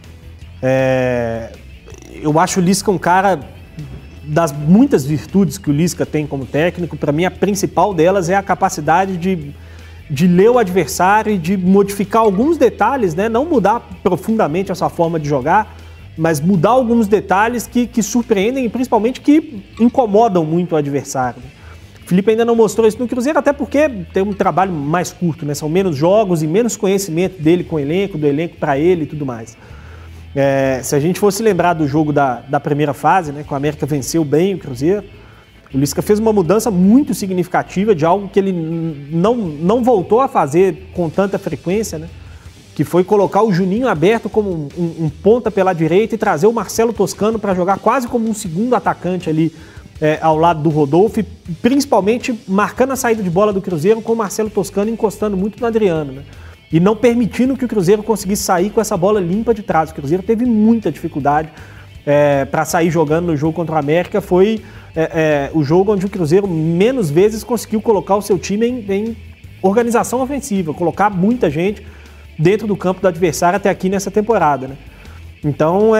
Eu acho o Lisca um cara, das muitas virtudes que o Lisca tem como técnico, para mim a principal delas é a capacidade de ler o adversário e de modificar alguns detalhes, né? Não mudar profundamente a sua forma de jogar, mas mudar alguns detalhes que surpreendem e principalmente que incomodam muito o adversário. O Felipe ainda não mostrou isso no Cruzeiro, até porque tem um trabalho mais curto, né? São menos jogos e menos conhecimento dele com o elenco, do elenco para ele e tudo mais. Se a gente fosse lembrar do jogo da primeira fase, né, que o América venceu bem o Cruzeiro, o Lisca fez uma mudança muito significativa de algo que ele não voltou a fazer com tanta frequência, né? Que foi colocar o Juninho aberto como um ponta pela direita e trazer o Marcelo Toscano para jogar quase como um segundo atacante ali ao lado do Rodolfo, e principalmente marcando a saída de bola do Cruzeiro com o Marcelo Toscano encostando muito no Adriano, né? E não permitindo que o Cruzeiro conseguisse sair com essa bola limpa de trás. O Cruzeiro teve muita dificuldade para sair jogando no jogo contra o América. Foi o jogo onde o Cruzeiro menos vezes conseguiu colocar o seu time em organização ofensiva, colocar muita gente dentro do campo do adversário até aqui nessa temporada, né? Então,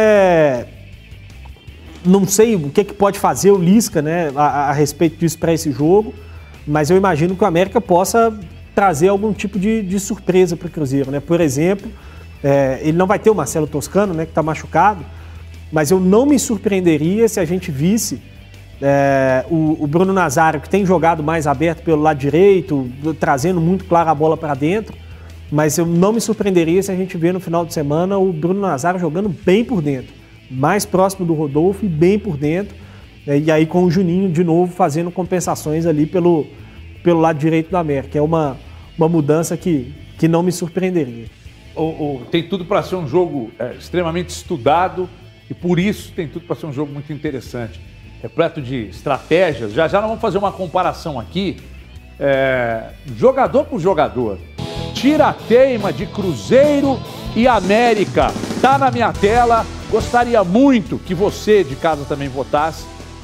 não sei o que pode fazer o Lisca, né, a respeito disso para esse jogo, mas eu imagino que o América possa trazer algum tipo de surpresa para o Cruzeiro, né? Por exemplo, ele não vai ter o Marcelo Toscano, né, que está machucado, mas eu não me surpreenderia se a gente visse o Bruno Nazário, que tem jogado mais aberto pelo lado direito, trazendo muito claro a bola para dentro, mas eu não me surpreenderia se a gente ver no final de semana o Bruno Nazário jogando bem por dentro, mais próximo do Rodolfo e bem por dentro, e aí com o Juninho de novo fazendo compensações ali pelo lado direito do América. É uma mudança que não me surpreenderia. Tem tudo para ser um jogo extremamente estudado e por isso tem tudo para ser um jogo muito interessante, repleto de estratégias. Já nós vamos fazer uma comparação aqui, jogador por jogador. Tira a teima de Cruzeiro e América. Tá na minha tela. Gostaria muito que você de casa também votasse.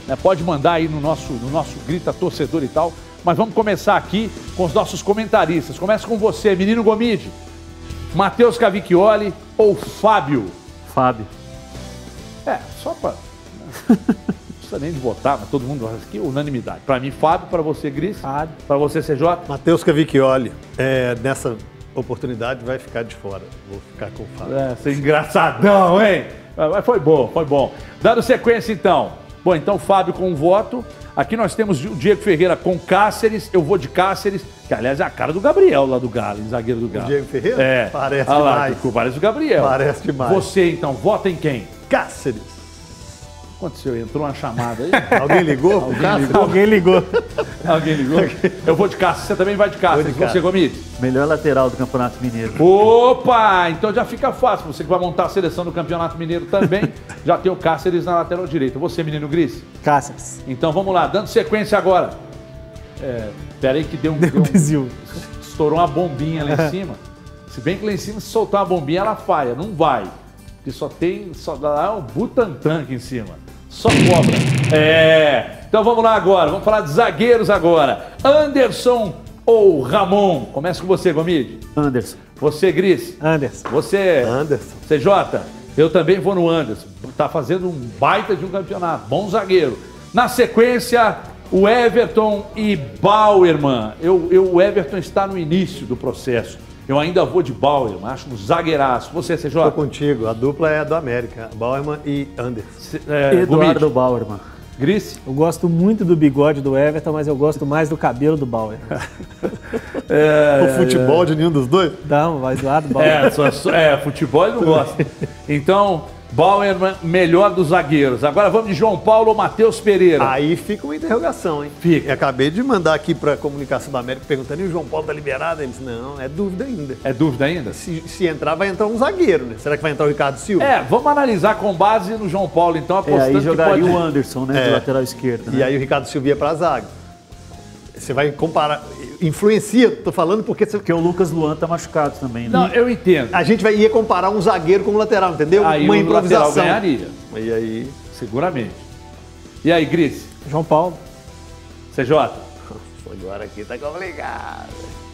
né? Pode mandar aí no nosso Grita Torcedor e tal. Mas vamos começar aqui com os nossos comentaristas. Começa com você, menino Gomide. Matheus Cavicchioli ou Fábio? Fábio. Só para... Não precisa nem de votar, mas todo mundo aqui, unanimidade. Para mim, Fábio, para você, Gris. Fábio. Para você, CJ. Matheus Cavicchioli, nessa oportunidade vai ficar de fora. Vou ficar com o Fábio. Você é engraçadão, hein? Mas foi bom, foi bom. Dando sequência, então. Bom, então, Fábio com um voto. Aqui nós temos o Diego Ferreira com Cáceres. Eu vou de Cáceres, que aliás é a cara do Gabriel lá do Galo, zagueiro do Galo. O Diego Ferreira? Parece demais. Parece o Gabriel. Parece demais. Você, então, vota em quem? Cáceres. O que aconteceu? Entrou uma chamada aí? Alguém ligou pro Cáceres? Alguém ligou. Alguém ligou? Eu vou de Cáceres, você também vai de Cáceres. Você, Gomide? Melhor lateral do Campeonato Mineiro. Opa! Então já fica fácil. Você que vai montar a seleção do Campeonato Mineiro também, já tem o Cáceres na lateral direita. Você, menino Gris? Cáceres. Então vamos lá, dando sequência agora. Pera aí que deu um desvio. Estourou uma bombinha lá em cima. Se bem que lá em cima, se soltar uma bombinha, ela falha. Não vai. Porque só dá um Butantan aqui em cima. Só cobra. Então vamos lá agora. Vamos falar de zagueiros agora. Anderson ou Ramon? Começa com você, Gomide. Anderson. Você, Gris. Anderson. Você. Anderson. CJ. Eu também vou no Anderson. Tá fazendo um baita de um campeonato. Bom zagueiro. Na sequência, o Everton e Bauerman. O Everton está no início do processo. Eu ainda vou de Bauerman, acho um zagueiraço. Você, CJ? Estou contigo, a dupla é do América, Bauerman e Anderson. Eduardo Bauerman. Gris? Eu gosto muito do bigode do Everton, mas eu gosto mais do cabelo do Bauerman. O futebol de nenhum dos dois? Não, vai Eduardo Bauerman. Futebol ele não gosta. Então, Bauerman, melhor dos zagueiros. Agora vamos de João Paulo ou Matheus Pereira? Aí fica uma interrogação, hein? Fica. Eu acabei de mandar aqui para a comunicação da América perguntando, e o João Paulo tá liberado? Ele disse, não, é dúvida ainda. É dúvida ainda? Se entrar, vai entrar um zagueiro, né? Será que vai entrar o Ricardo Silva? Vamos analisar com base no João Paulo, então, apostando aí jogaria que pode... o Anderson, né, do lateral esquerdo. E aí o Ricardo Silva ia para a zaga. Você vai comparar... Influencia, tô falando porque o Lucas Luan tá machucado também, né? Não, eu entendo. A gente ia comparar um zagueiro com um lateral, entendeu? Aí uma o improvisação. lateral ganharia. E aí... Seguramente. E aí, Gris? João Paulo. CJ? Agora aqui tá complicado.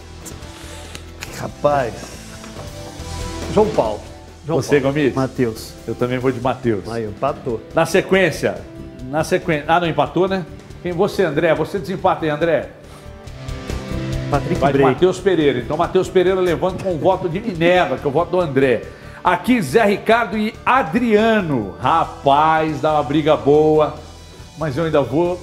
Rapaz. João Paulo. Você, Gomide? Matheus. Eu também vou de Matheus. Aí, empatou. Na sequência. Ah, não empatou, né? Quem você, André? Você desempata aí, André? Patrick Vai de Bray. Matheus Pereira. Então, Matheus Pereira levando com o voto de Minerva, que é o voto do André. Aqui, Zé Ricardo e Adriano. Rapaz, dá uma briga boa. Mas eu ainda vou...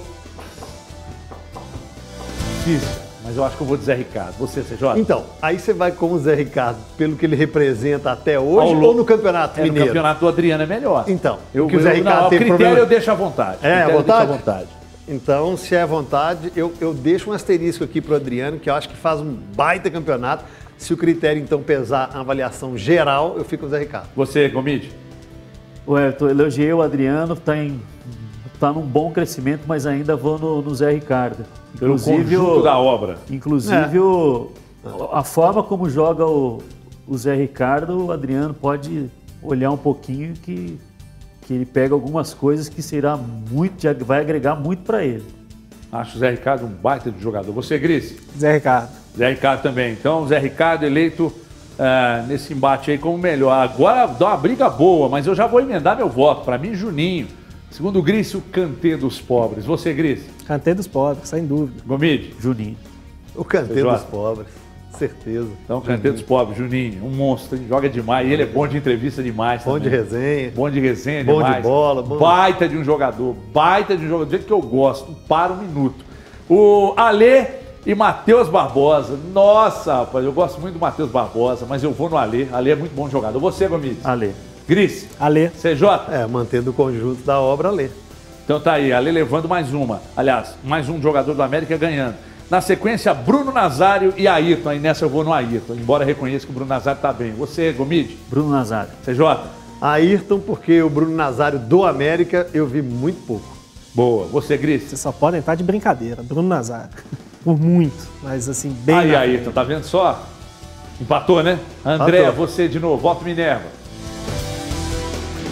Difícil. Mas eu acho que eu vou de Zé Ricardo. Você, CJ? Então, aí você vai com o Zé Ricardo pelo que ele representa até hoje ou no Campeonato Mineiro? No Campeonato do Adriano é melhor. Então, o Zé Ricardo teve critério problema... eu deixo à vontade. À vontade? À vontade. Então, se é à vontade, eu deixo um asterisco aqui pro Adriano, que eu acho que faz um baita campeonato. Se o critério, então, pesar a avaliação geral, eu fico com o Zé Ricardo. Você, Gomide? Eu elogiei o Adriano, tá num bom crescimento, mas ainda vou no Zé Ricardo. Pelo conjunto da obra. Inclusive, a forma como joga o Zé Ricardo, o Adriano pode olhar um pouquinho que ele pega algumas coisas que vai agregar muito para ele. Acho o Zé Ricardo um baita de jogador. Você, Gris? Zé Ricardo. Zé Ricardo também. Então, Zé Ricardo eleito nesse embate aí como melhor. Agora dá uma briga boa, mas eu já vou emendar meu voto. Para mim, Juninho. Segundo o Gris, o Kanté dos pobres. Você, Gris? Kanté dos pobres, sem dúvida. Gomide? Juninho. O Kanté dos pobres, certeza. Então, Kanté dos pobres, Juninho, um monstro, hein? Joga demais. E ele é bom de entrevista demais também. Bom de resenha. Bom de resenha bom demais. De bola. Baita de um jogador, do jeito que eu gosto. Para um minuto. O Alê e Matheus Barbosa. Nossa, rapaz, eu gosto muito do Matheus Barbosa, mas eu vou no Alê. Alê é muito bom jogador. Você, Gomide? Alê. Gris? Alê. CJ? Mantendo o conjunto da obra, Alê. Então tá aí, Alê levando mais uma. Aliás, mais um jogador do América ganhando. Na sequência, Bruno Nazário e Ayrton. Aí nessa eu vou no Ayrton, embora reconheça que o Bruno Nazário tá bem. Você, Gomide? Bruno Nazário. CJ? Ayrton, porque o Bruno Nazário do América eu vi muito pouco. Boa. Você, Gris? Você só pode entrar de brincadeira. Bruno Nazário. Por muito, mas assim, bem... Aí, Ayrton, tá vendo só? Empatou, né? André, você de novo. Voto Minerva.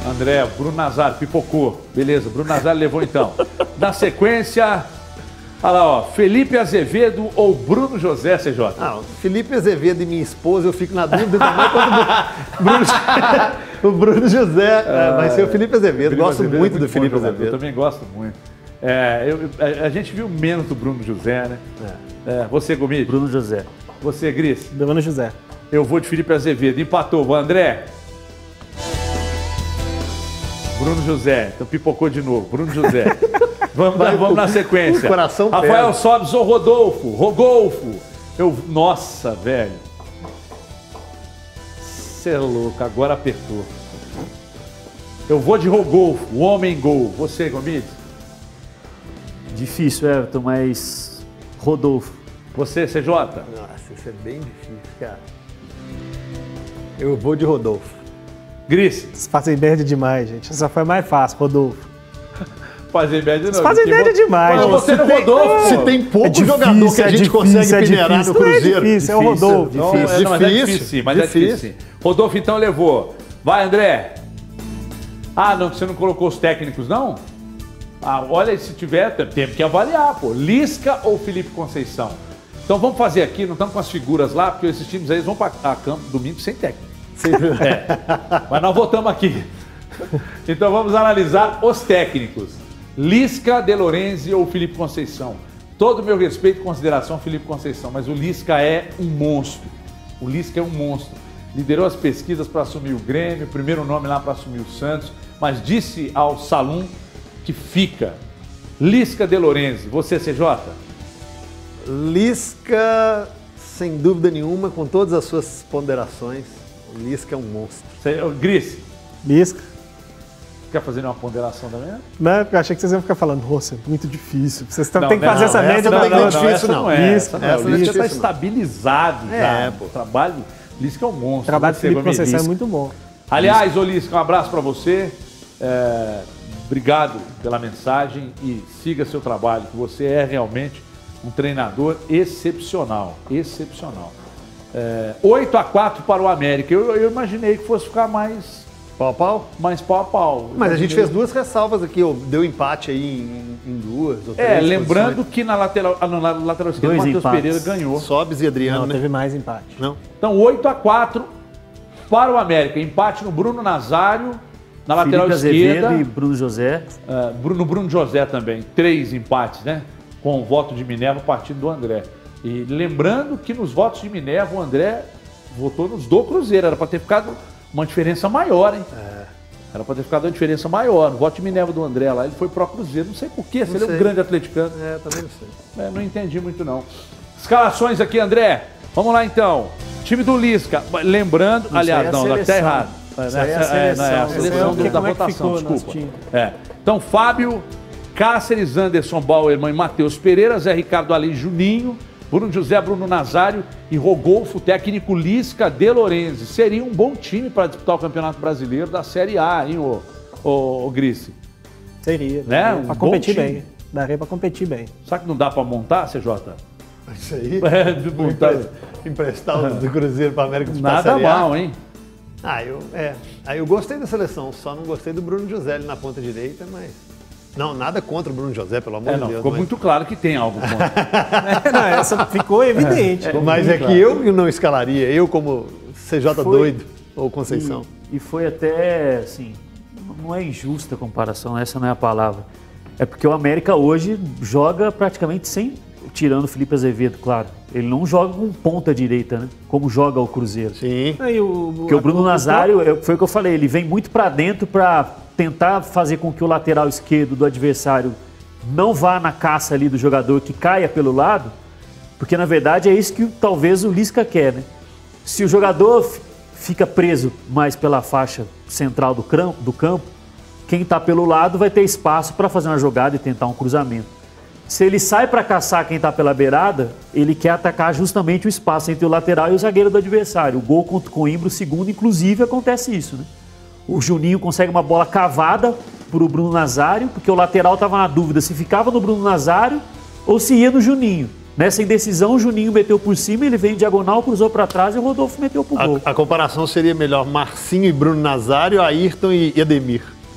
André, Bruno Nazário, pipocou. Beleza, Bruno Nazário levou então. Na sequência, olha lá, ó, Felipe Azevedo ou Bruno José, CJ? Felipe Azevedo e minha esposa, eu fico na dúvida também quanto o Bruno José. Vai ser o Felipe Azevedo. Gosto muito do Felipe Azevedo. Eu também gosto muito. A gente viu menos do Bruno José, né? Você, Gomide? Bruno José. Você, Gris? Bruno José. Eu vou de Felipe Azevedo. Empatou. O André? Bruno José. Então pipocou de novo. Bruno José. Vamos na sequência. Coração Rafael pesa. Sobes ou Rodolfo? Rodolfo. Nossa, velho. Você é louco. Agora apertou. Eu vou de Rodolfo. O homem gol. Você, Gomide? Difícil, Everton, mas Rodolfo. Você, CJ? Nossa, isso é bem difícil, cara. Eu vou de Rodolfo. Grice? Vocês fazem merda demais, gente. Essa foi mais fácil, Rodolfo. Fazer média não. Vocês fazem merda demais, Mas gente. você no Rodolfo. Se tem pouco jogador que a gente consegue peneirar no Cruzeiro. Não é difícil, é o Rodolfo. Difícil. Mas é difícil, sim. Mas é difícil, sim. Rodolfo então levou. Vai, André. Não, você não colocou os técnicos, não? Olha, se tiver, temos que avaliar, pô. Lisca ou Felipe Conceição? Então vamos fazer aqui, não estamos com as figuras lá, porque esses times aí vão para campo domingo sem técnico. Mas nós votamos aqui. Então vamos analisar os técnicos. Lisca, De Lorenzi ou Felipe Conceição? Todo o meu respeito e consideração Felipe Conceição, mas o Lisca é um monstro. O Lisca é um monstro. Liderou as pesquisas para assumir o Grêmio, primeiro nome lá para assumir o Santos, mas disse ao Salum que fica. Lisca, De Lorenzi. Você, CJ? Lisca, sem dúvida nenhuma, com todas as suas ponderações. O Lisca é um monstro. Gris? Lisca. Quer fazer uma ponderação também? Não, eu achei que vocês iam ficar falando, nossa, muito difícil. Vocês têm que fazer essa média. Não é difícil, não. Essa o Lisca está estabilizado já. O trabalho, Lisca é um monstro. O trabalho do Felipe Conceição é muito bom. Aliás, ô Lisca, um abraço para você. Obrigado pela mensagem e siga seu trabalho, que você é realmente um treinador excepcional. Excepcional. 8-4 para o América. Eu imaginei que fosse ficar mais pau a pau? Mais pau a pau. Mas a gente fez duas ressalvas aqui, deu empate aí em duas ou três. Lembrando posições. que na lateral esquerda o Matheus Pereira ganhou. Sobes e Adriano, Não, né? teve mais empate. Não. Então 8-4 para o América. Empate no Bruno Nazário, na lateral Felipe esquerda. Azevedo e Bruno José. Bruno José também. 3 empates, né? Com o voto de Minerva partindo do André. E lembrando que nos votos de Minerva o André votou nos do Cruzeiro. Era para ter ficado uma diferença maior, hein? Era para ter ficado uma diferença maior. No voto de Minerva do André lá, ele foi pro Cruzeiro. Não sei porquê, se ele é um grande atleticano. Também não sei. Não entendi muito, não. Escalações aqui, André. Vamos lá, então. Time do Lisca. Lembrando, Isso aliás, aí é não, seleção. tá errado. Isso aí é a seleção. Não é a seleção da Como é que votação, ficou o nosso desculpa. time? Então, Fábio, Cáceres, Anderson, Bauerman e Matheus Pereira, Zé Ricardo Ali, Juninho, Bruno José, Bruno Nazário e Rodolfo, técnico Lisca, De Lorenzi. Seria um bom time para disputar o Campeonato Brasileiro da Série A, hein, ô Grice? Seria. Né? Um Para competir bom time. bem. Daria para competir bem. Será que não dá para montar, CJ? Isso aí. De montar. Emprestar o do Cruzeiro para a América do Nada mal, hein? Eu gostei da seleção, só não gostei do Bruno José ali na ponta direita, mas... Não, nada contra o Bruno José, pelo amor de Deus. Ficou muito claro que tem algo contra. Essa ficou evidente. Mas é que eu não escalaria, eu como CJ doido ou Conceição. E foi até, assim, não é injusta a comparação, essa não é a palavra. É porque o América hoje joga praticamente sem, tirando o Felipe Azevedo, claro. Ele não joga com ponta direita, né? Como joga o Cruzeiro. Sim. Porque o Bruno Nazário, foi o que eu falei, ele vem muito para dentro para tentar fazer com que o lateral esquerdo do adversário não vá na caça ali do jogador, que caia pelo lado, porque na verdade é isso que talvez o Lisca quer, né? Se o jogador fica preso mais pela faixa central do campo, quem está pelo lado vai ter espaço para fazer uma jogada e tentar um cruzamento. Se ele sai para caçar quem está pela beirada, ele quer atacar justamente o espaço entre o lateral e o zagueiro do adversário. O gol contra o Coimbra, o segundo, inclusive, acontece isso, né? O Juninho consegue uma bola cavada para o Bruno Nazário, porque o lateral estava na dúvida se ficava no Bruno Nazário ou se ia no Juninho. Nessa indecisão, o Juninho meteu por cima, ele veio em diagonal, cruzou para trás e o Rodolfo meteu pro gol. A comparação seria melhor Marcinho e Bruno Nazário, Ayrton e Ademir.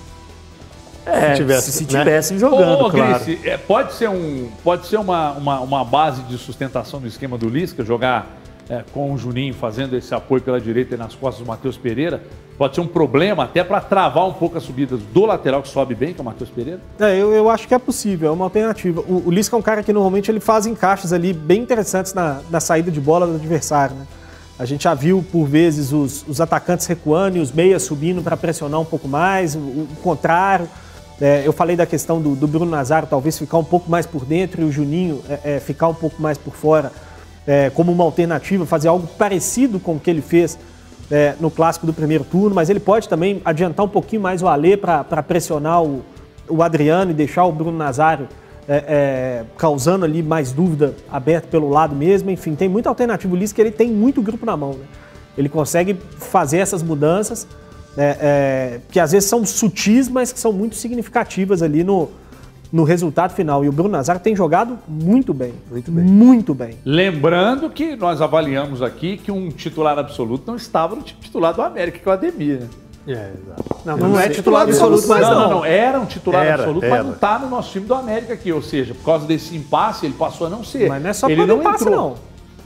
Se tivessem jogando, claro. Gris, pode ser uma base de sustentação no esquema do Lisca, jogar com o Juninho fazendo esse apoio pela direita e nas costas do Matheus Pereira. Pode ser um problema até para travar um pouco as subidas do lateral que sobe bem, que é o Matheus Pereira? Eu acho que é possível, é uma alternativa. O Lisca é um cara que normalmente ele faz encaixes ali bem interessantes na saída de bola do adversário, né? A gente já viu, por vezes, os atacantes recuando e os meias subindo para pressionar um pouco mais, o contrário. Eu falei da questão do Bruno Nazário talvez ficar um pouco mais por dentro e o Juninho ficar um pouco mais por fora, como uma alternativa, fazer algo parecido com o que ele fez no clássico do primeiro turno, mas ele pode também adiantar um pouquinho mais o Alê para pressionar o Adriano e deixar o Bruno Nazário causando ali mais dúvida aberto pelo lado mesmo. Enfim, tem muita alternativa. O Lisca, ele tem muito grupo na mão, né? Ele consegue fazer essas mudanças que às vezes são sutis, mas que são muito significativas ali no resultado final. E o Bruno Nazário tem jogado muito bem. Muito bem. Lembrando que nós avaliamos aqui que um titular absoluto não estava no time titular do América, que é o Ademir, né? Exato. Não é titular absoluto, mas não. Era um titular absoluto, mas não está no nosso time do América aqui. Ou seja, por causa desse impasse, ele passou a não ser. Mas não é só ele não impasse, entrou.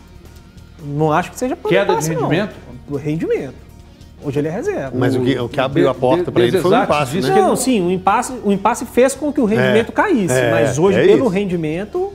Não acho que seja por queda impasse, de rendimento? Do rendimento. Hoje ele é reserva. Mas o que abriu a porta para ele foi o impasse, né? Não, sim, o impasse fez com que o rendimento caísse. Mas hoje, pelo rendimento...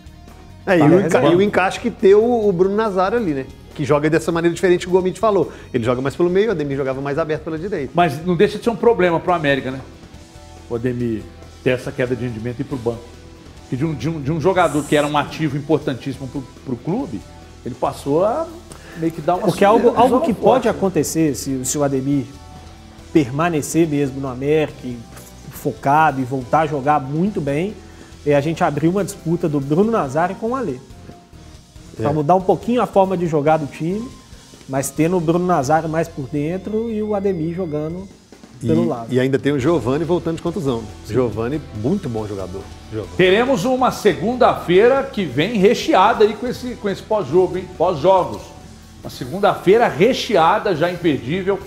E o encaixe que tem o Bruno Nazário ali, né? Que joga dessa maneira diferente que o Gomide falou. Ele joga mais pelo meio, o Ademir jogava mais aberto pela direita. Mas não deixa de ser um problema para o América, né? O Ademir ter essa queda de rendimento e ir para o banco. E de um jogador que era um ativo importantíssimo para o clube, ele passou a meio que dar uma... Porque algo que pode acontecer se o Ademir permanecer mesmo no América, focado e voltar a jogar muito bem, é a gente abrir uma disputa do Bruno Nazário com o Alê. Para mudar um pouquinho a forma de jogar do time, mas tendo o Bruno Nazário mais por dentro e o Ademir jogando pelo lado. E ainda tem o Giovani voltando de contusão. Giovani, muito bom jogador. Teremos uma segunda-feira que vem recheada aí com esse pós-jogo, hein? Pós-jogos. Uma segunda-feira recheada, já imperdível.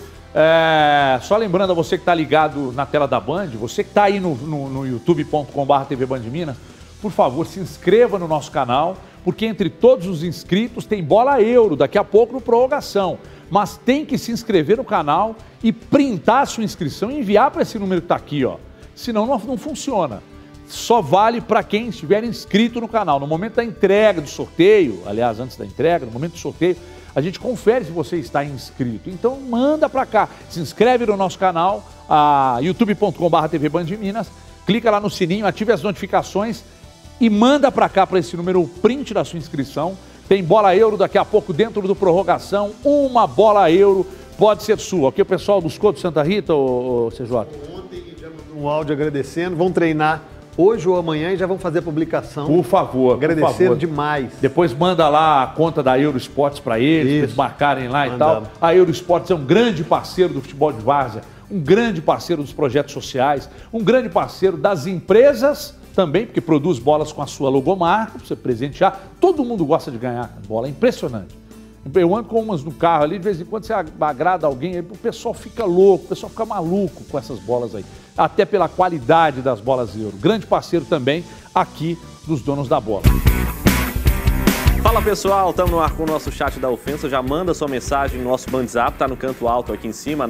Só lembrando a você que está ligado na tela da Band, você que está aí no youtube.com/TV Band Minas, por favor, se inscreva no nosso canal, porque entre todos os inscritos tem bola euro, daqui a pouco no prorrogação. Mas tem que se inscrever no canal e printar a sua inscrição e enviar para esse número que está aqui, ó. Senão não funciona. Só vale para quem estiver inscrito no canal. No momento da entrega do sorteio, aliás, antes da entrega, no momento do sorteio, a gente confere se você está inscrito. Então manda para cá, se inscreve no nosso canal, youtube.com/TV Band Minas, clica lá no sininho, ative as notificações e manda para cá, para esse número, o print da sua inscrição. Tem bola euro daqui a pouco dentro do prorrogação, uma bola euro pode ser sua. Ok, o pessoal buscou do Santa Rita, ou CJ? Ontem já mandou um áudio agradecendo, vão treinar hoje ou amanhã e já vão fazer a publicação. Por favor. Agradecendo demais. Depois manda lá a conta da Eurosports para eles marcarem lá e tal. A Eurosports é um grande parceiro do futebol de várzea, um grande parceiro dos projetos sociais, um grande parceiro das empresas também, porque produz bolas com a sua logomarca, para você presentear. Todo mundo gosta de ganhar bola, é impressionante. Eu ando com umas no carro ali, de vez em quando você agrada alguém, aí o pessoal fica louco, o pessoal fica maluco com essas bolas aí. Até pela qualidade das bolas Euro. Grande parceiro também aqui dos donos da bola. Fala pessoal, estamos no ar com o nosso chat da ofensa, já manda sua mensagem no nosso WhatsApp, tá no canto alto aqui em cima,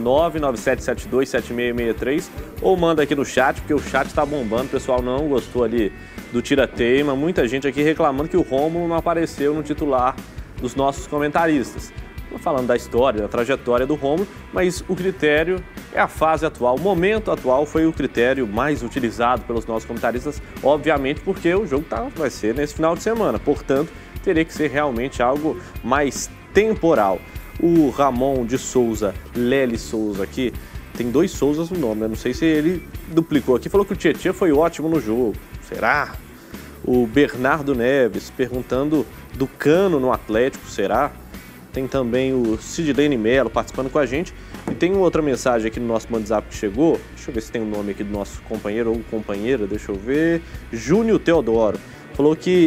997727663, ou manda aqui no chat, porque o chat tá bombando, o pessoal não gostou ali do tira-teima, muita gente aqui reclamando que o Rômulo não apareceu no titular dos nossos comentaristas. Estou falando da história, da trajetória do Rômulo, mas o critério é a fase atual. O momento atual foi o critério mais utilizado pelos nossos comentaristas, obviamente porque o jogo vai ser nesse final de semana, portanto, teria que ser realmente algo mais temporal. O Ramon de Souza, Lely Souza aqui, tem 2 Souzas no nome, né? Não sei se ele duplicou aqui, falou que o Tietchan foi ótimo no jogo. Será? O Bernardo Neves perguntando do Cano no Atlético, será? Tem também o Sidlene Melo participando com a gente. E tem uma outra mensagem aqui no nosso WhatsApp que chegou. Deixa eu ver se tem o nome aqui do nosso companheiro ou companheira, deixa eu ver. Júnior Teodoro. Falou que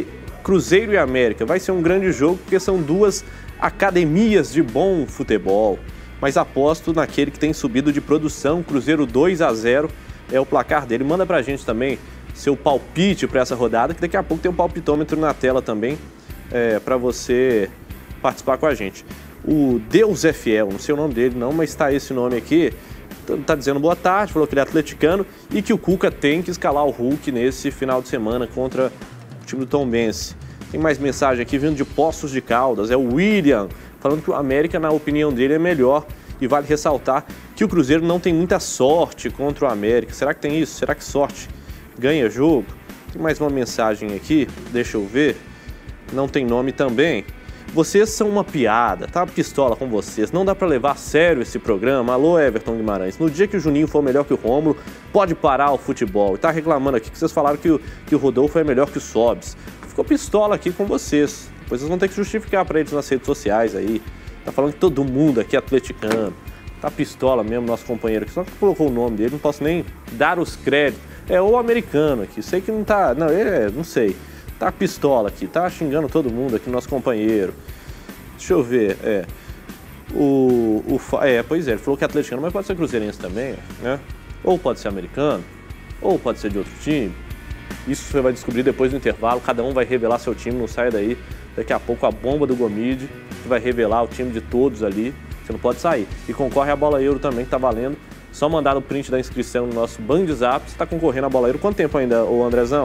Cruzeiro e América. Vai ser um grande jogo porque são duas academias de bom futebol. Mas aposto naquele que tem subido de produção. Cruzeiro 2-0 é o placar dele. Manda pra gente também seu palpite para essa rodada, que daqui a pouco tem um palpitômetro na tela também para você participar com a gente. O Deus é Fiel, não sei o nome dele não, mas está esse nome aqui. Tá dizendo boa tarde, falou que ele é atleticano e que o Cuca tem que escalar o Hulk nesse final de semana contra o time do Tombense. Tem mais mensagem aqui vindo de Poços de Caldas, é o William, falando que o América, na opinião dele, é melhor. E vale ressaltar que o Cruzeiro não tem muita sorte contra o América. Será que tem isso? Será que sorte ganha jogo? Tem mais uma mensagem aqui, deixa eu ver. Não tem nome também. Vocês são uma piada, tá pistola com vocês. Não dá pra levar a sério esse programa. Alô, Everton Guimarães. No dia que o Juninho for melhor que o Rômulo, pode parar o futebol. E tá reclamando aqui que vocês falaram que o Rodolfo é melhor que o Sobs. Ficou pistola aqui com vocês. Depois vocês vão ter que justificar pra eles nas redes sociais aí. Tá falando que todo mundo aqui é atleticano. Tá pistola mesmo, nosso companheiro aqui. Só que colocou o nome dele, não posso nem dar os créditos. É o americano aqui. Sei que não tá... Não, não sei. Tá pistola aqui. Tá xingando todo mundo aqui, nosso companheiro. Deixa eu ver. Pois é, ele falou que é atleticano, mas pode ser cruzeirense também, né? Ou pode ser americano, ou pode ser de outro time. Isso você vai descobrir depois do intervalo. Cada um vai revelar seu time, não sai daí. Daqui a pouco a bomba do Gomide vai revelar o time de todos ali. Você não pode sair. E concorre a bola euro também, que tá valendo. Só mandar o print da inscrição no nosso Bandzap. Você tá concorrendo a bola euro. Quanto tempo ainda, ô Andrezão?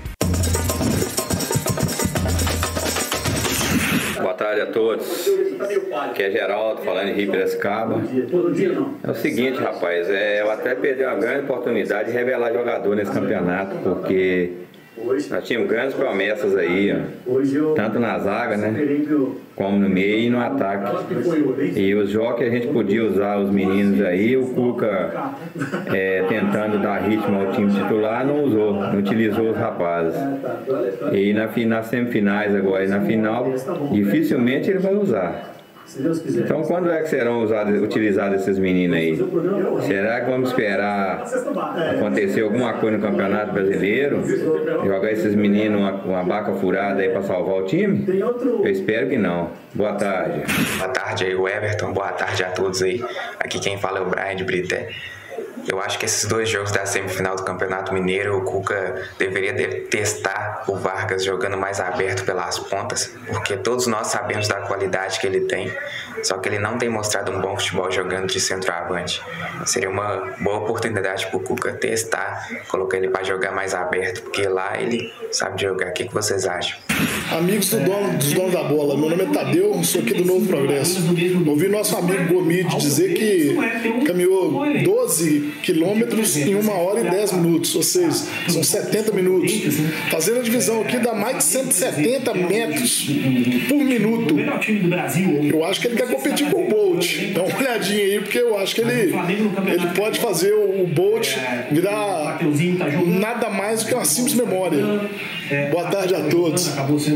Boa tarde a todos. Aqui é Geraldo, falando em Rio Piracicaba. É o seguinte, rapaz, eu até perdi uma grande oportunidade de revelar jogador nesse campeonato, porque nós tínhamos grandes promessas aí, ó, tanto na zaga, né, como no meio e no ataque. E os jogos que a gente podia usar os meninos aí, o Cuca tentando dar ritmo ao time titular, não usou, não utilizou os rapazes. E nas semifinais agora e na final, dificilmente ele vai usar. Então, quando é que serão utilizados esses meninos aí? Será que vamos esperar acontecer alguma coisa no Campeonato Brasileiro? Jogar esses meninos uma vaca furada aí para salvar o time? Eu espero que não. Boa tarde. Boa tarde aí, o Everton. Boa tarde a todos aí. Aqui quem fala é o Brian de Brité. Eu acho que esses dois jogos da semifinal do Campeonato Mineiro, o Cuca deveria testar o Vargas jogando mais aberto pelas pontas, porque todos nós sabemos da qualidade que ele tem, só que ele não tem mostrado um bom futebol jogando de centroavante. Seria uma boa oportunidade para o Cuca testar, colocar ele para jogar mais aberto, porque lá ele sabe jogar. O que vocês acham? Amigos dos donos da bola, meu nome é Tadeu, sou aqui do Novo Progresso. Ouvi nosso amigo Gomide dizer que caminhou 12 quilômetros em 1 hora e 10 minutos, ou seja, são 70 minutos. Fazendo a divisão aqui dá mais de 170 metros por minuto. Eu acho que ele quer competir com o Bolt. Dá uma olhadinha aí, porque eu acho que ele pode fazer o Bolt virar nada mais do que uma simples memória. Boa tarde a todos.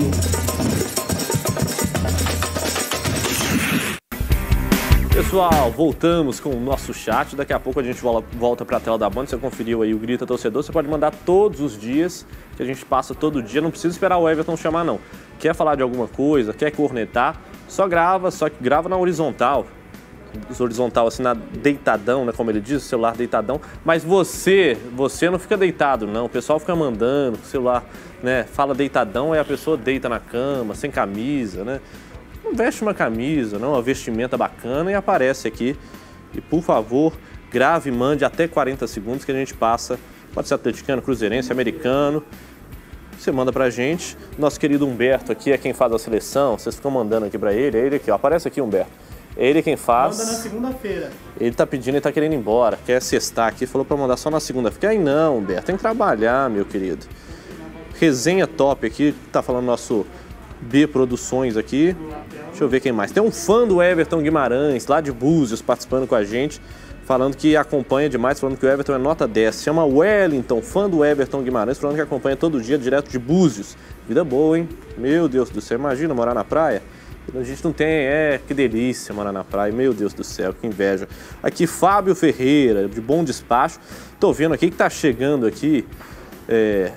Pessoal, voltamos com o nosso chat. Daqui a pouco a gente volta para a tela da Band. Você conferiu aí o Grita Torcedor. Você pode mandar todos os dias, que a gente passa todo dia. Não precisa esperar o Everton chamar, não. Quer falar de alguma coisa, quer cornetar, só que grava na horizontal. Horizontal, assim, na deitadão, né? Como ele diz, o celular deitadão. Mas você não fica deitado, não. O pessoal fica mandando, o celular, né? Fala deitadão, aí a pessoa deita na cama, sem camisa, né? Não veste uma camisa, não, uma vestimenta bacana e aparece aqui. E, por favor, grave e mande até 40 segundos que a gente passa. Pode ser atleticano, cruzeirense, americano. Você manda pra gente. Nosso querido Humberto aqui é quem faz a seleção. Vocês ficam mandando aqui pra ele. É ele aqui, ó. Aparece aqui, Humberto. É ele quem faz. Manda na segunda-feira. Ele tá pedindo e tá querendo ir embora. Quer sextar aqui. Falou pra mandar só na segunda-feira. Aí não, Humberto. Tem que trabalhar, meu querido. Resenha top aqui. Tá falando nosso B Produções aqui. Deixa eu ver quem mais. Tem um fã do Everton Guimarães, lá de Búzios, participando com a gente. Falando que acompanha demais, falando que o Everton é nota 10. Se chama Wellington, fã do Everton Guimarães, falando que acompanha todo dia, direto de Búzios. Vida boa, hein? Meu Deus do céu, imagina morar na praia? A gente não tem, que delícia morar na praia, meu Deus do céu, que inveja. Aqui, Fábio Ferreira, de Bom Despacho. Tô vendo aqui que tá chegando aqui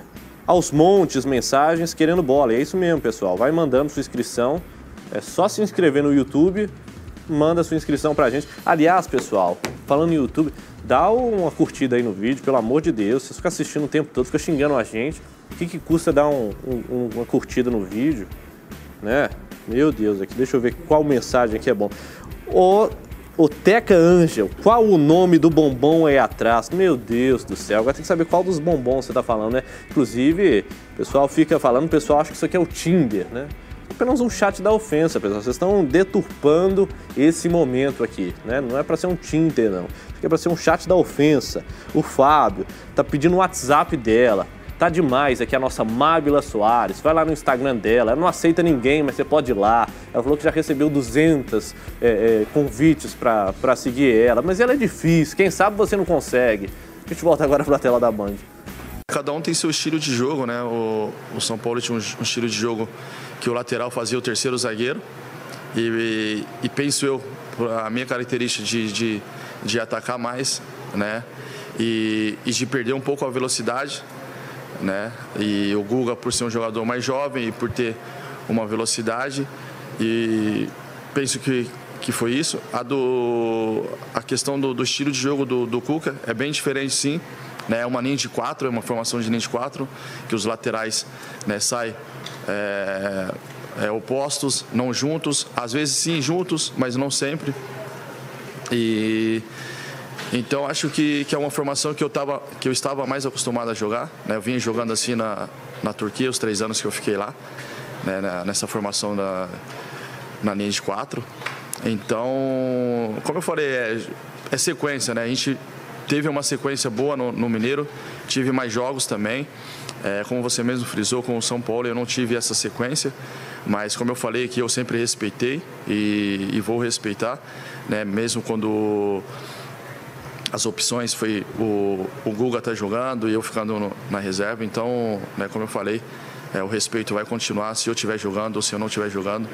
aos montes mensagens querendo bola. E é isso mesmo, pessoal. Vai mandando sua inscrição. É só se inscrever no YouTube, manda sua inscrição pra gente. Aliás, pessoal, falando em YouTube, dá uma curtida aí no vídeo, pelo amor de Deus. Vocês ficam assistindo o tempo todo, ficam xingando a gente. O que custa dar uma curtida no vídeo, né? Meu Deus, aqui, deixa eu ver qual mensagem aqui é bom. O Teca Angel, qual o nome do bombom aí atrás? Meu Deus do céu, agora tem que saber qual dos bombons você tá falando, né? Inclusive, o pessoal fica falando, o pessoal acha que isso aqui é o Tinder, né? Apenas um chat da ofensa, pessoal. Vocês estão deturpando esse momento aqui, né? Não é para ser um Tinder, não. Isso aqui é para ser um chat da ofensa. O Fábio tá pedindo o WhatsApp dela. Tá demais aqui a nossa Mábila Soares. Vai lá no Instagram dela. Ela não aceita ninguém, mas você pode ir lá. Ela falou que já recebeu 200 convites para seguir ela. Mas ela é difícil. Quem sabe você não consegue. A gente volta agora para a tela da Band. Cada um tem seu estilo de jogo, né? O São Paulo tinha um estilo de jogo que o lateral fazia o terceiro zagueiro. E penso eu, a minha característica de atacar mais, né? E de perder um pouco a velocidade, né? E o Guga, por ser um jogador mais jovem e por ter uma velocidade, e penso que foi isso. A questão do estilo de jogo do Cuca é bem diferente, sim. É uma linha de 4, é uma formação de linha de 4, que os laterais, né, saem opostos, não juntos, às vezes sim juntos, mas não sempre. E então acho que é uma formação que eu estava mais acostumado a jogar, né? Eu vinha jogando assim na Turquia, os 3 anos que eu fiquei lá, né, nessa formação na linha de 4. Então, como eu falei, é sequência, né? A gente teve uma sequência boa no Mineiro, tive mais jogos também. Como você mesmo frisou, com o São Paulo eu não tive essa sequência, mas como eu falei aqui, eu sempre respeitei e vou respeitar, né? Mesmo quando as opções foi o Guga tá jogando e eu ficando na reserva. Então, né, como eu falei, o respeito vai continuar se eu estiver jogando ou se eu não estiver jogando.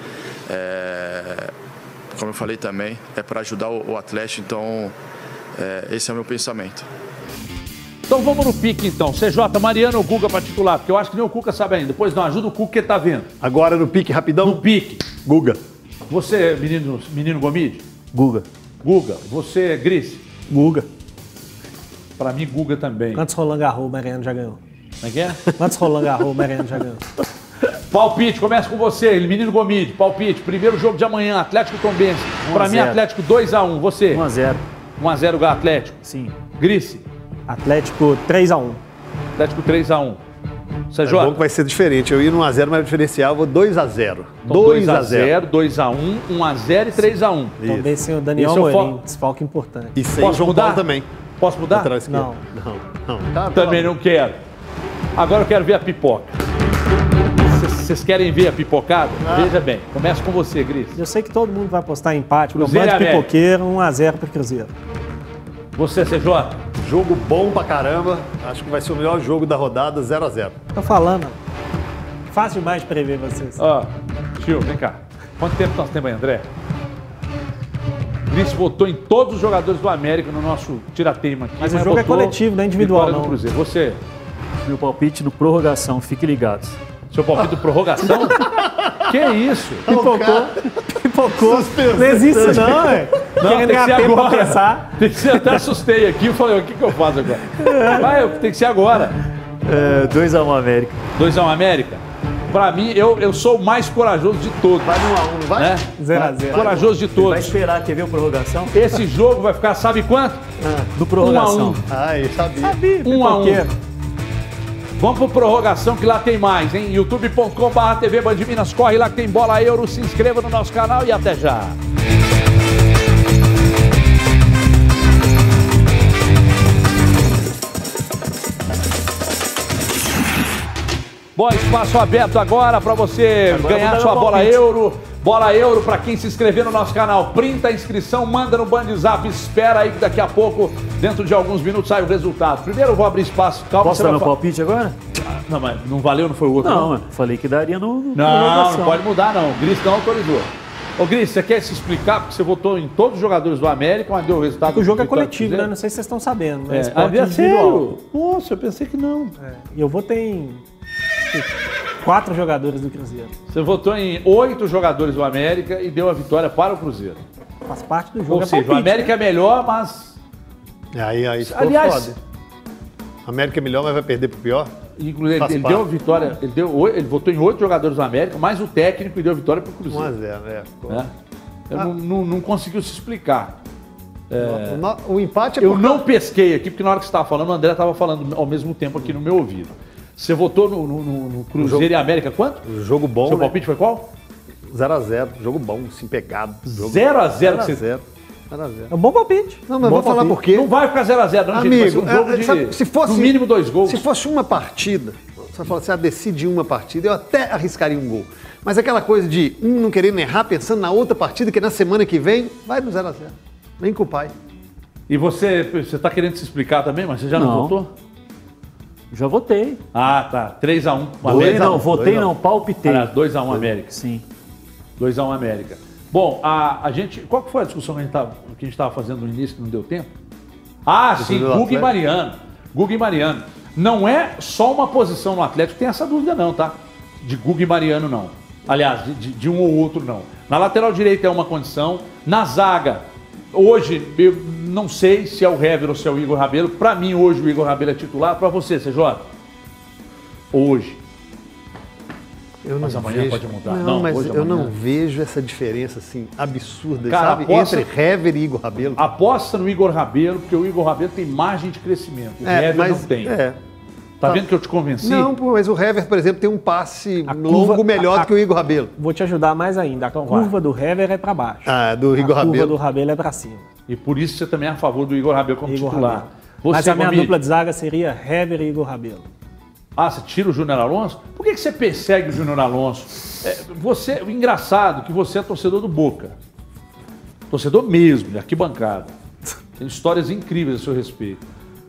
Como eu falei também, é para ajudar o Atlético, então esse é o meu pensamento. Então vamos no pique então. CJ, Mariano ou Guga para titular? Porque eu acho que nem o Cuca sabe ainda. Depois não, ajuda o Cuca que ele tá vendo. Agora no pique, rapidão. No pique. Guga. Você, menino Gomide? Guga. Guga. Você, Gris? Guga. Para mim, Guga também. Quantos Roland Garros o Mariano já ganhou? Como é que é? Quantos Roland Garros o Mariano já ganhou? Palpite, começa com você, menino Gomide. Palpite, primeiro jogo de amanhã, Atlético Tombense. Para mim, Atlético 2-1. Você? 1-0. 1-0 Atlético? Sim. Grice? Atlético 3-1. Atlético 3-1. CJ? É bom que vai ser diferente. Eu ia no 1-0, mas diferencial, vou 2-0. Então, 2-0, 2-1, 1-0 e 3-1. Também sem o Daniel Amorim, desfalque importante. E sem o João Paulo também. Posso mudar? Não. Também não quero. Agora eu quero ver a pipoca. Vocês querem ver a pipocada? Veja bem. Começa com você, Gris. Eu sei que todo mundo vai apostar em empate. Cruzeiro Bando pipoqueiro, 1-0 para Cruzeiro. Você, CJ? Jogo bom pra caramba. Acho que vai ser o melhor jogo da rodada, 0-0. Tô falando. Fácil demais de prever vocês. Tio, vem cá. Quanto tempo nós temos aí, André? Gris votou em todos os jogadores do América no nosso tirateima aqui. Mas o jogo é coletivo, não é individual, não. Cruzeiro. Você? Meu palpite no prorrogação, fiquem ligados. Seu palpite de prorrogação? Que isso? Pipocou. Não existe não, é. Não, tem que ser tempo agora. pra pensar. Tem que ser, até assustei aqui e falei, o que eu faço agora? Vai, tem que ser agora. 2-1 América. 2-1 América? Pra mim, eu sou o mais corajoso de todos. Vai no 1-1, não vai? Né? 0-0. Corajoso de todos. Vai esperar, quer ver o prorrogação? Esse jogo vai ficar, sabe quanto? Do prorrogação. 1-1. Ai, sabia. 1-1. Vamos pro prorrogação que lá tem mais, hein? youtube.com/TV Band Minas. Corre lá que tem bola euro. Se inscreva no nosso canal e até já. Bom, espaço aberto agora para você ganhar sua bola euro. Bola euro para quem se inscrever no nosso canal. Printa a inscrição, manda no Bandzap. Espera aí que daqui a pouco, dentro de alguns minutos, sai o resultado. Primeiro eu vou abrir espaço. Calma. Posso dar meu palpite agora? Não, mas não valeu, não foi o outro? Não, falei que daria no Não pode mudar não. O Gris não autorizou. Ô Gris, você quer se explicar? Porque você votou em todos os jogadores do América, mas deu o resultado. O jogo é coletivo, né? Não sei se vocês estão sabendo. Mas sério? Nossa, eu pensei que não. E eu votei em acho que 4 jogadores do Cruzeiro. Você votou em 8 jogadores do América e deu a vitória para o Cruzeiro. Faz parte do jogo. Ou seja, o América é melhor, mas... Aí ficou Aliás, foda. O América é melhor, mas vai perder pro pior? Inclusive, ele deu a vitória, ele votou em 8 jogadores do América, mais o técnico e deu a vitória para o Cruzeiro. 1-0, ficou. Não conseguiu se explicar. O empate é Eu não pesquei aqui, porque na hora que você estava falando, o André estava falando ao mesmo tempo aqui no meu ouvido. Você votou no Cruzeiro e América quanto? Jogo bom, Seu palpite foi qual? 0-0, jogo bom, sim, pegado. 0-0. É um bom palpite. Não, mas vou falar por quê. Não vai ficar 0-0, não, amigo, gente. Vai ser um jogo de, sabe, se fosse, no mínimo 2 gols. Se fosse uma partida, você fala assim, decide uma partida, eu até arriscaria um gol. Mas aquela coisa de não querendo errar, pensando na outra partida, que na semana que vem, vai no 0-0. Vem com o pai. E você está querendo se explicar também, mas você já não votou? Já votei. Ah, tá. 3-1. Palpitei. 2-1 América. Sim. 2-1 América. Bom, a gente... Qual que foi a discussão que a gente estava fazendo no início que não deu tempo? Ah, sim, Guga e Mariano. Guga e Mariano. Não é só uma posição no Atlético, tem essa dúvida não, tá? De Guga e Mariano, não. Aliás, de um ou outro, não. Na lateral direita é uma condição. Na zaga, hoje, eu não sei se é o Hever ou se é o Igor Rabelo. Para mim, hoje, o Igor Rabelo é titular. Para você, CJ? Hoje. Mas amanhã pode mudar. Não, mas eu não vejo essa diferença assim absurda, cara, sabe? Entre Hever e Igor Rabelo. Aposta no Igor Rabelo, porque o Igor Rabelo tem margem de crescimento. O Hever não tem. Tá vendo que eu te convenci? Não, mas o Hever, por exemplo, tem um passe longo melhor do que o Igor Rabelo. Vou te ajudar mais ainda. A curva do Hever é para baixo. Do Igor Rabelo. A curva do Rabelo é para cima. E por isso você também é a favor do Igor Rabelo como titular. Mas a minha dupla de zaga seria Hever e Igor Rabelo. Ah, você tira o Júnior Alonso? Por que você persegue o Júnior Alonso? O engraçado é que você é torcedor do Boca. Torcedor mesmo, de arquibancada. Tem histórias incríveis a seu respeito.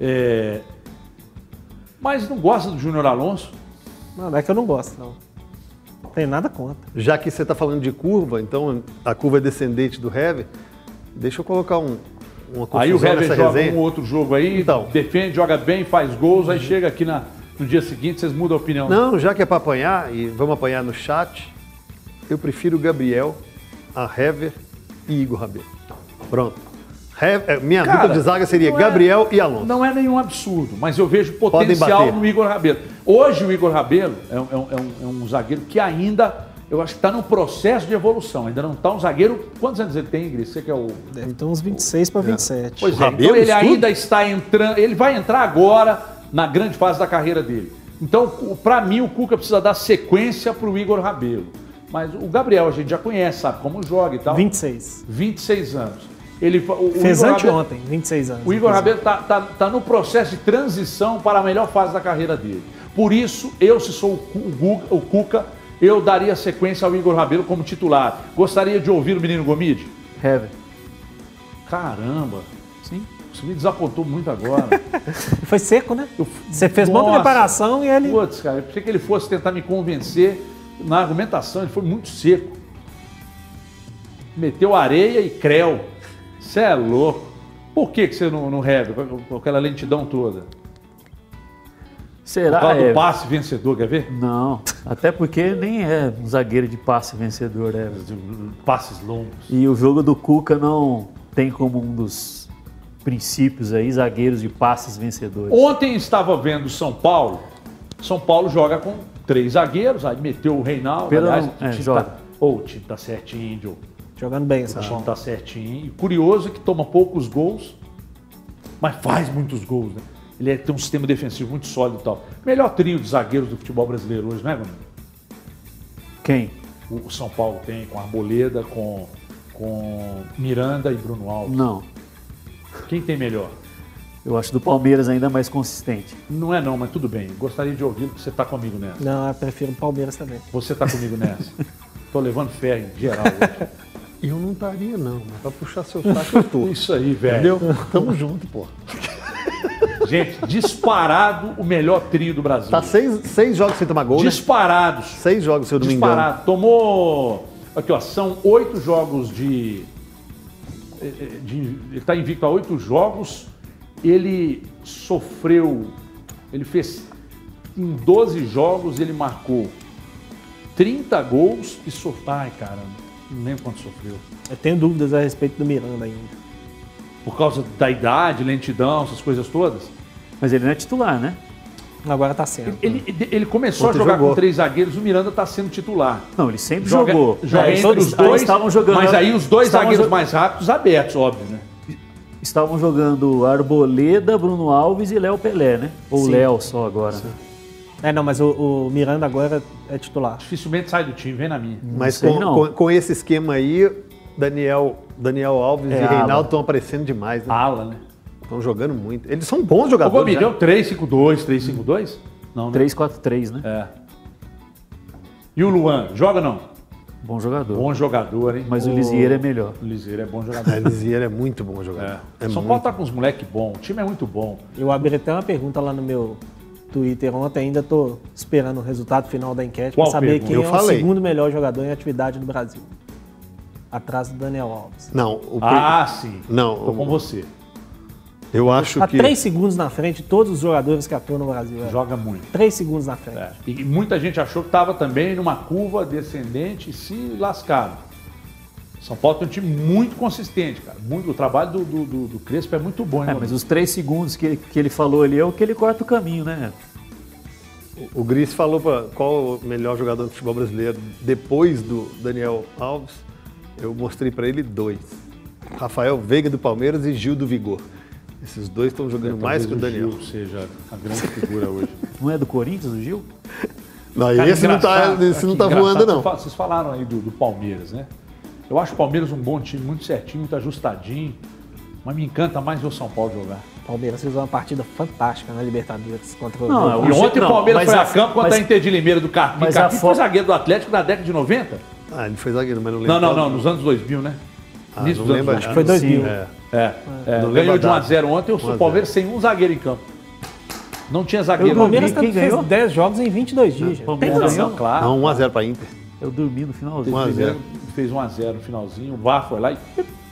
Mas não gosta do Júnior Alonso? Não é que eu não gosto, não. Não tem nada contra. Já que você está falando de curva, então a curva descendente do Hever, deixa eu colocar uma confusão aí o Hever joga resenha. Um outro jogo aí, defende, joga bem, faz gols, aí chega aqui no dia seguinte, vocês mudam a opinião. Não, já que é para apanhar, e vamos apanhar no chat, eu prefiro Gabriel, a Hever e Igor Rabelo. Pronto. Minha dupla de zaga seria Gabriel e Alonso. Não é nenhum absurdo, mas eu vejo potencial no Igor Rabelo. Hoje o Igor Rabelo é um zagueiro que ainda, eu acho que está num processo de evolução. Ainda não está um zagueiro... Quantos anos ele tem, Ingrid? Você que é o... Deve ter uns 26 para 27. Pois é, então ele ainda está entrando... Ele vai entrar agora na grande fase da carreira dele. Então, para mim, o Cuca precisa dar sequência para o Igor Rabelo. Mas o Gabriel a gente já conhece, sabe como joga e tal. 26 anos. Fez anteontem, 26 anos. O Igor Rabelo está no processo de transição para a melhor fase da carreira dele. Por isso, se sou o Cuca, eu daria sequência ao Igor Rabelo como titular. Gostaria de ouvir o menino Gomide? Hever. Caramba. Sim. Você me desapontou muito agora. Foi seco, né? Você fez muita preparação e ele... Putz, cara, eu pensei que ele fosse tentar me convencer na argumentação. Ele foi muito seco. Meteu areia e creu. Você é louco. Por que você não Hever com aquela lentidão toda? Será? Por causa do passe vencedor, quer ver? Não, até porque nem é um zagueiro de passe vencedor, né? Passes longos. E o jogo do Cuca não tem como um dos princípios aí, zagueiros de passes vencedores. Ontem estava vendo São Paulo. São Paulo joga com 3 zagueiros, aí meteu o Reinaldo. Aliás, o time tá certinho, Joe. Jogando bem, o time tá certinho. E curioso é que toma poucos gols, mas faz muitos gols, né? Ele tem um sistema defensivo muito sólido e tal. Melhor trio de zagueiros do futebol brasileiro hoje, não é, Bruno? Quem? O São Paulo tem, com Arboleda, com Miranda e Bruno Alves. Não. Quem tem melhor? Eu acho do Palmeiras ainda mais consistente. Não é não, mas tudo bem. Gostaria de ouvir porque você está comigo nessa. Não, eu prefiro o Palmeiras também. Você está comigo nessa? Tô levando fé em geral hoje. Eu não estaria não, mas pra puxar seu saco eu tô. Isso aí, velho. Entendeu? Tamo junto, pô. Gente, disparado o melhor trio do Brasil. Tá 6 jogos sem tomar gol, disparados. 6 jogos, se eu não me engano. Disparado. Tomou... Aqui, ó, são 8 jogos de... Ele está invicto a 8 jogos. Ele sofreu... Ele fez em 12 jogos ele marcou 30 gols e sofreu. Ai, caramba, não lembro quanto sofreu. Eu tenho dúvidas a respeito do Miranda ainda. Por causa da idade, lentidão, essas coisas todas? Mas ele não é titular, né? Agora tá sendo. Ele começou a jogar com 3 zagueiros, o Miranda tá sendo titular. Não, ele sempre jogou. Joga entre os dois, mas aí os 2 zagueiros mais rápidos abertos, óbvio, né? Estavam jogando Arboleda, Bruno Alves e Léo Pelé, né? Ou Léo só agora. Né? Não, mas o Miranda agora é titular. Dificilmente sai do time, vem na minha. Mas com esse esquema aí, Daniel Alves e Reinaldo estão aparecendo demais, né? Ala, né? Estão jogando muito. Eles são bons jogadores. O Gomes deu 3-5-2, 3-5-2? Não, né? 3-4-3, né? É. E o Luan, joga não? Bom jogador. Bom jogador, hein? Mas o Lisieiro é melhor. O Lisieiro é bom jogador. O Lisieiro é muito bom jogador. São Paulo tá com uns moleques bons, o time é muito bom. Eu abri até uma pergunta lá no meu Twitter ontem, ainda tô esperando o resultado final da enquete para saber quem é o segundo melhor jogador em atividade no Brasil. Atrás do Daniel Alves. Não. Sim. Não. Tô com você. Eu acho que... 3 segundos na frente de todos os jogadores que atuam no Brasil. Joga muito. 3 segundos na frente. E muita gente achou que estava também numa curva descendente e se lascaram. São Paulo tem um time muito consistente, cara. O trabalho do Crespo é muito bom. Hein, mas os 3 segundos que ele falou ali é o que ele corta o caminho, né? O Gris falou qual o melhor jogador do futebol brasileiro depois do Daniel Alves. Eu mostrei para ele 2. Rafael Veiga do Palmeiras e Gil do Vigor. Esses 2 estão jogando mais que o Daniel. O Gil seja a grande figura hoje. Não é do Corinthians, o Gil? Não, cara, esse não tá voando, não. Vocês falaram aí do Palmeiras, né? Eu acho o Palmeiras um bom time, muito certinho, muito ajustadinho. Mas me encanta mais ver o São Paulo jogar. O Palmeiras fez uma partida fantástica na Libertadores contra o... E ontem o Palmeiras foi a campo contra a Inter de Limeira do Carpinho. Carpinho foi zagueiro do Atlético na década de 90? Ele foi zagueiro, mas não lembro. Não, nos anos 2000, né? Não lembro. Acho que foi 2000. Ganhou de 1-0 ontem, o Palmeiras sem um zagueiro em campo. Não tinha zagueiro. O Palmeiras fez 10 jogos em 22 dias. Tem razão, claro. Não, 1-0 para Inter. Eu dormi no finalzinho. 1-0. Fez 1-0 no finalzinho, o VAR foi lá e...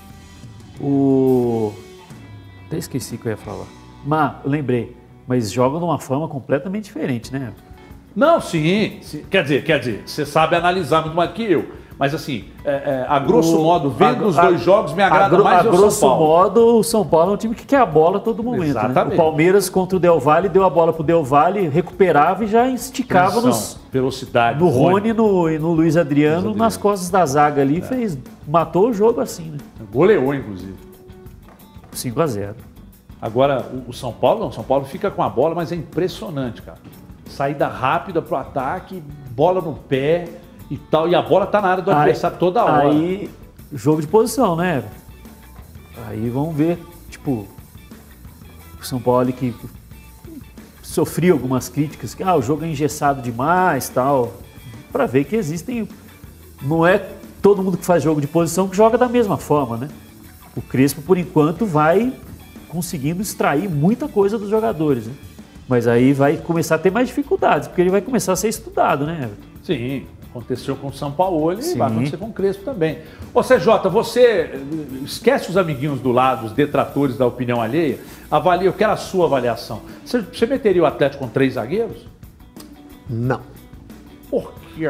Até esqueci o que eu ia falar. Mas, lembrei. Mas joga de uma forma completamente diferente, né? Não, sim. Quer dizer, você sabe analisar muito mais que eu. Mas assim, a grosso modo, vendo os 2 jogos, me agrada mais o São Paulo. A grosso modo, o São Paulo é um time que quer a bola a todo momento. Né? O Palmeiras contra o Del Valle deu a bola pro Del Valle, recuperava e já esticava velocidade, no Rony e no Luiz Adriano nas costas da zaga ali, matou o jogo assim, né? Goleou, inclusive. 5-0. Agora, o São Paulo não. O São Paulo fica com a bola, mas é impressionante, cara. Saída rápida pro ataque, bola no pé... E tal, e a bola tá na área do adversário toda hora. Aí, jogo de posição, né? Aí vamos ver, tipo, o São Paulo ali que sofria algumas críticas, que o jogo é engessado demais, tal, para ver que existem, não é todo mundo que faz jogo de posição que joga da mesma forma, né? O Crespo, por enquanto, vai conseguindo extrair muita coisa dos jogadores, né? Mas aí vai começar a ter mais dificuldades, porque ele vai começar a ser estudado, né? Sim. Aconteceu com o São Paulo e vai acontecer com o Crespo também. Ô CJ, você esquece os amiguinhos do lado, os detratores da opinião alheia, avalia, eu quero a sua avaliação. Você meteria o Atlético com 3 zagueiros? Não. Por quê?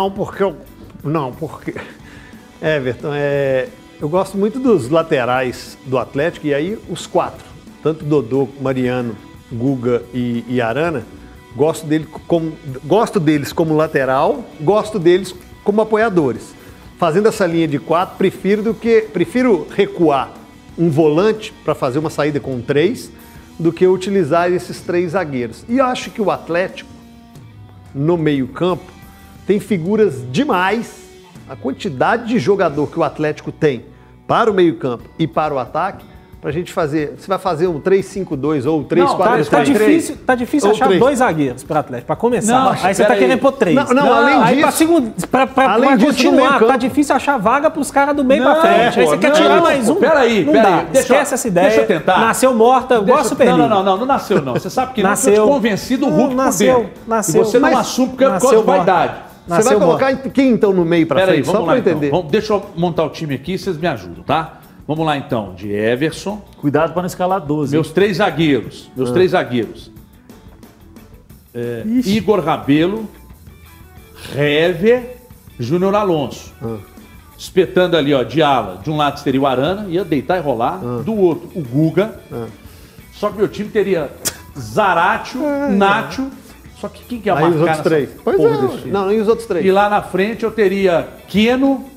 Porque... Everton, eu gosto muito dos laterais do Atlético, e aí os 4, tanto Dodô, Mariano, Guga e Arana, gosto deles como lateral, gosto deles como apoiadores. Fazendo essa linha de 4, prefiro recuar um volante para fazer uma saída com 3 do que utilizar esses 3 zagueiros. E eu acho que o Atlético, no meio-campo, tem figuras demais. A quantidade de jogador que o Atlético tem para o meio-campo e para o ataque, pra gente fazer. Você vai fazer um 3-5-2 ou 3-4-3? Tá difícil achar 2 zagueiros para Atlético, para começar. Não, aí você tá querendo pôr 3. Além disso, pra continuar, tá difícil achar vaga pros caras do meio pra frente. Aí você quer tirar mais um. Peraí. Esquece essa ideia. Deixa eu tentar. Nasceu morta, igual a Superliga. Não nasceu não. Você sabe que nasceu. Eu tô convencido o Hulk por dentro. Nasceu. E você não assume porque é por causa de vaidade. Você vai colocar quem então no meio pra frente? Só pra entender. Deixa eu montar o time aqui e vocês me ajudam, tá? Vamos lá então, de Everson. Cuidado para não escalar 12. Meus 3 zagueiros. Igor Rabelo, Hever, Júnior Alonso. Espetando ali, ó, de ala. De um lado teria o Arana, ia deitar e rolar. Do outro, o Guga. Só que meu time teria Zaratio, Nacho. Só que quem que ia marcar os outros três? Pois é, não, e os outros três? E lá na frente eu teria Keno,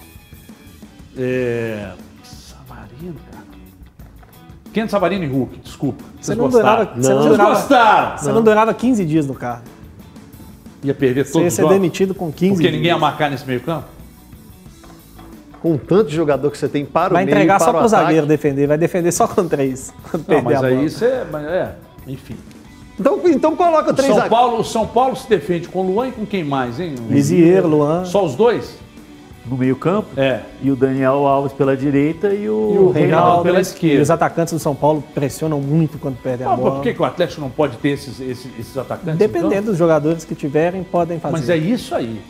Savarino, cara. Keno, Savarino e Hulk, desculpa. Você não durava 15 dias no carro. Ia perder todos os jogos. Você ia ser demitido com 15 Porque ninguém ia marcar nesse meio campo? Com tanto jogador que você tem para o meio, vai entregar só pro zagueiro defender, vai defender só com 3. Não, mas aí você... enfim. Então coloca 3 zagueiros. O São Paulo se defende com o Luan e com quem mais, hein? Lisieiro, Luan. Só os dois? No meio campo? E o Daniel Alves pela direita e o Reinaldo pela esquerda. E os atacantes do São Paulo pressionam muito quando perdem a bola. Por que o Atlético não pode ter esses atacantes? Dependendo dos jogadores que tiverem, podem fazer. Mas é isso aí.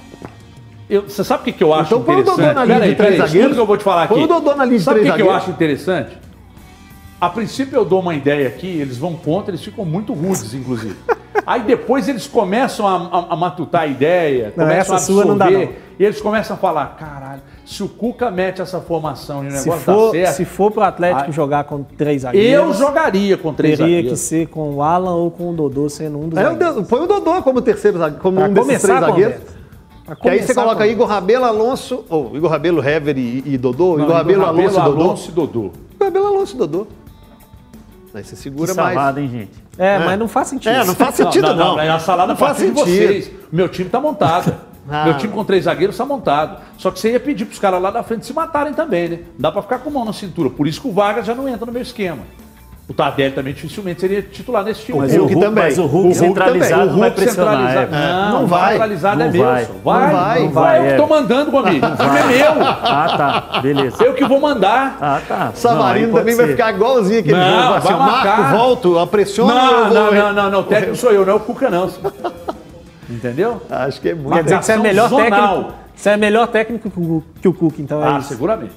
Você sabe o que eu acho interessante? Então põe o Dodô na linha de 3 zagueiros. Que eu vou te falar aqui. Põe o Dodô na linha de 3 zagueiros. Sabe o que eu acho interessante? A princípio eu dou uma ideia aqui, eles vão contra, eles ficam muito rudes, inclusive. Aí depois eles começam a matutar a ideia, começam a absorver, não dá, não. E eles começam a falar, caralho, se o Cuca mete essa formação e o negócio dá certo... Se for pro Atlético jogar com 3 zagueiros... Eu jogaria com 3 zagueiros. Teria que ser com o Alan ou com o Dodô sendo um dos zagueiros. Põe o Dodô como terceiro zagueiro, como um desses 3 zagueiros. Que aí você coloca Igor Rabelo, Alonso... Ou Igor Rabelo, Hever e Dodô. Não, Igor Rabelo, Alonso e Dodô. Igor Rabelo, Alonso e Dodô. Aí você segura mais. Salada, hein, gente? Mas não faz sentido. Não faz sentido, não. A salada faz sentido de vocês. Meu time tá montado. Meu time com 3 zagueiros tá montado. Só que você ia pedir pros caras lá da frente se matarem também, né? Não dá pra ficar com mão na cintura. Por isso que o Vargas já não entra no meu esquema. O Tardelli também dificilmente seria titular nesse time. Mas o Hulk centralizado vai pressionar. Não vai. Centralizado é meu. Não vai. Eu que tô mandando, Gomes. O time é meu. Tá. Beleza. Eu que vou mandar. Tá. Savarino também vai ficar igualzinho aquele jogo. Assim, vai marcar. Marco, volto, pressiona. Não. O técnico sou eu, não é o Cuca, não. Entendeu? Acho que é muito. Quer dizer que você é melhor técnico. Você é melhor técnico que o Cuca, então é isso. Seguramente.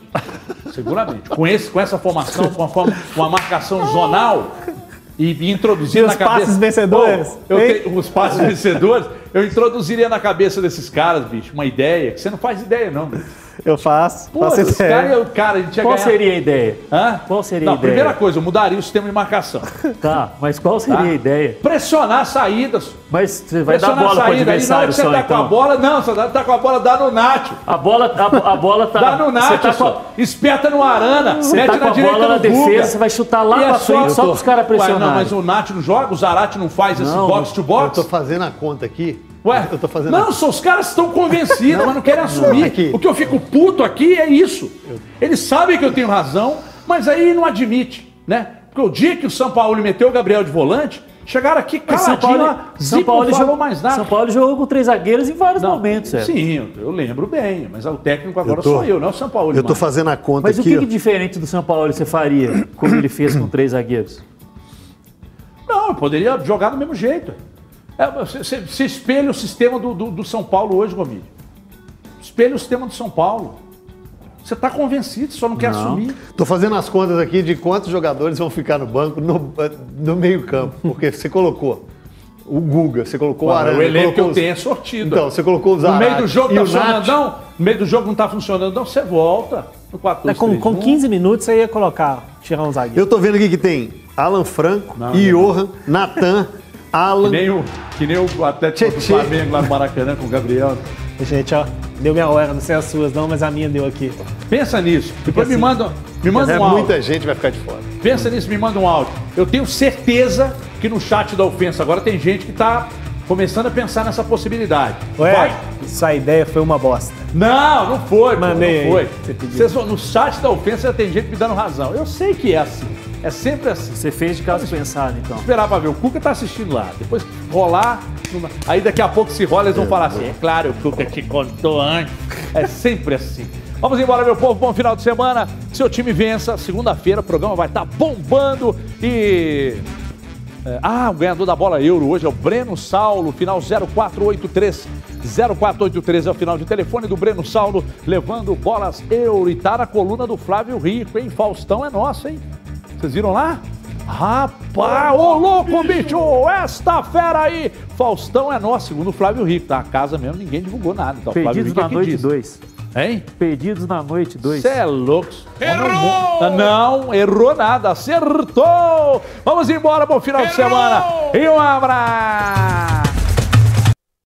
Com essa formação, com a marcação zonal e introduzir na cabeça... Passes vencedores. Os passes vencedores, eu introduziria na cabeça desses caras, bicho, uma ideia, que você não faz ideia, não, bicho. Eu faço. Cara, a gente ia Qual ganhar... seria a ideia? Qual seria a ideia? Primeira coisa, eu mudaria o sistema de marcação. Tá, mas qual seria a ideia? Pressionar saídas. Mas você vai dar bola pro adversário só, então? Com a bola, você tá com a bola, dá no Nacho. A bola tá... Dá no Nacho, esperta no Arana, você tá com a bola na defesa, você vai chutar lá pra frente só pros caras pressionarem. Não, mas o Nacho não joga, o Zarate não faz esse box-to-box? Eu tô fazendo a conta aqui. Ué, eu tô fazendo os caras estão convencidos, mas não querem assumir. O que eu fico puto aqui é isso. Eles sabem que eu tenho razão, mas aí não admite, né? Porque o dia que o São Paulo meteu o Gabriel de volante, chegaram aqui caladinho, São Paulo não falou mais nada. São Paulo jogou com 3 zagueiros em vários momentos. Sim, eu lembro bem, mas o técnico agora sou eu, não é o São Paulo. Eu tô fazendo a conta aqui. Mas o que diferente do São Paulo você faria, como ele fez com 3 zagueiros? Não, eu poderia jogar do mesmo jeito. Você espelha o sistema do São Paulo hoje, Gomide. Espelha o sistema do São Paulo. Você está convencido, só não quer assumir. Estou fazendo as contas aqui de quantos jogadores vão ficar no banco no meio campo. Porque você colocou o Guga, você colocou o Arana. O elenco que eu tenho é sortido. Então, você colocou o Zarate. No meio do jogo tá funcionando, não? No meio do jogo não está funcionando, não? Você volta no 4-2-3-1. Com 15 minutos você ia tirar um zagueiro. Eu estou vendo aqui que tem Alan Franco, Johan, Natan... Alan. Que nem o Atlético do Flamengo lá no Maracanã com o Gabriel. Gente, deu minha hora, não sei as suas não, mas a minha deu aqui. Pensa nisso. Depois me manda um áudio. Muita gente vai ficar de fora. Pensa nisso, me manda um áudio. Eu tenho certeza que no chat da ofensa agora tem gente que está começando a pensar nessa possibilidade. Essa ideia foi uma bosta. Não foi. Mandei não foi. No chat da ofensa já tem gente me dando razão. Eu sei que é assim. É sempre assim. Você fez de caso pensado, então. Esperar pra ver. O Cuca tá assistindo lá. Depois rolar. Aí daqui a pouco se rola, eles vão falar assim. É claro, o Cuca te contou antes. É sempre assim. Vamos embora, meu povo. Bom final de semana. Seu time vença. Segunda-feira o programa vai estar bombando. E... o ganhador da bola euro hoje é o Breno Saulo. Final 0483. 0483 é o final de telefone do Breno Saulo. Levando bolas euro. E tá na coluna do Flávio Rico, hein? Faustão é nosso, hein? Vocês viram lá? Rapaz, ô louco, bicho, esta fera aí. Faustão é nosso, segundo o Flávio Rico, tá? A casa mesmo, ninguém divulgou nada. Então, Perdidos na Noite 2. Hein? Perdidos na Noite 2. Você é louco. Errou! Não, errou nada, acertou. Vamos embora pro final de semana. E um abraço.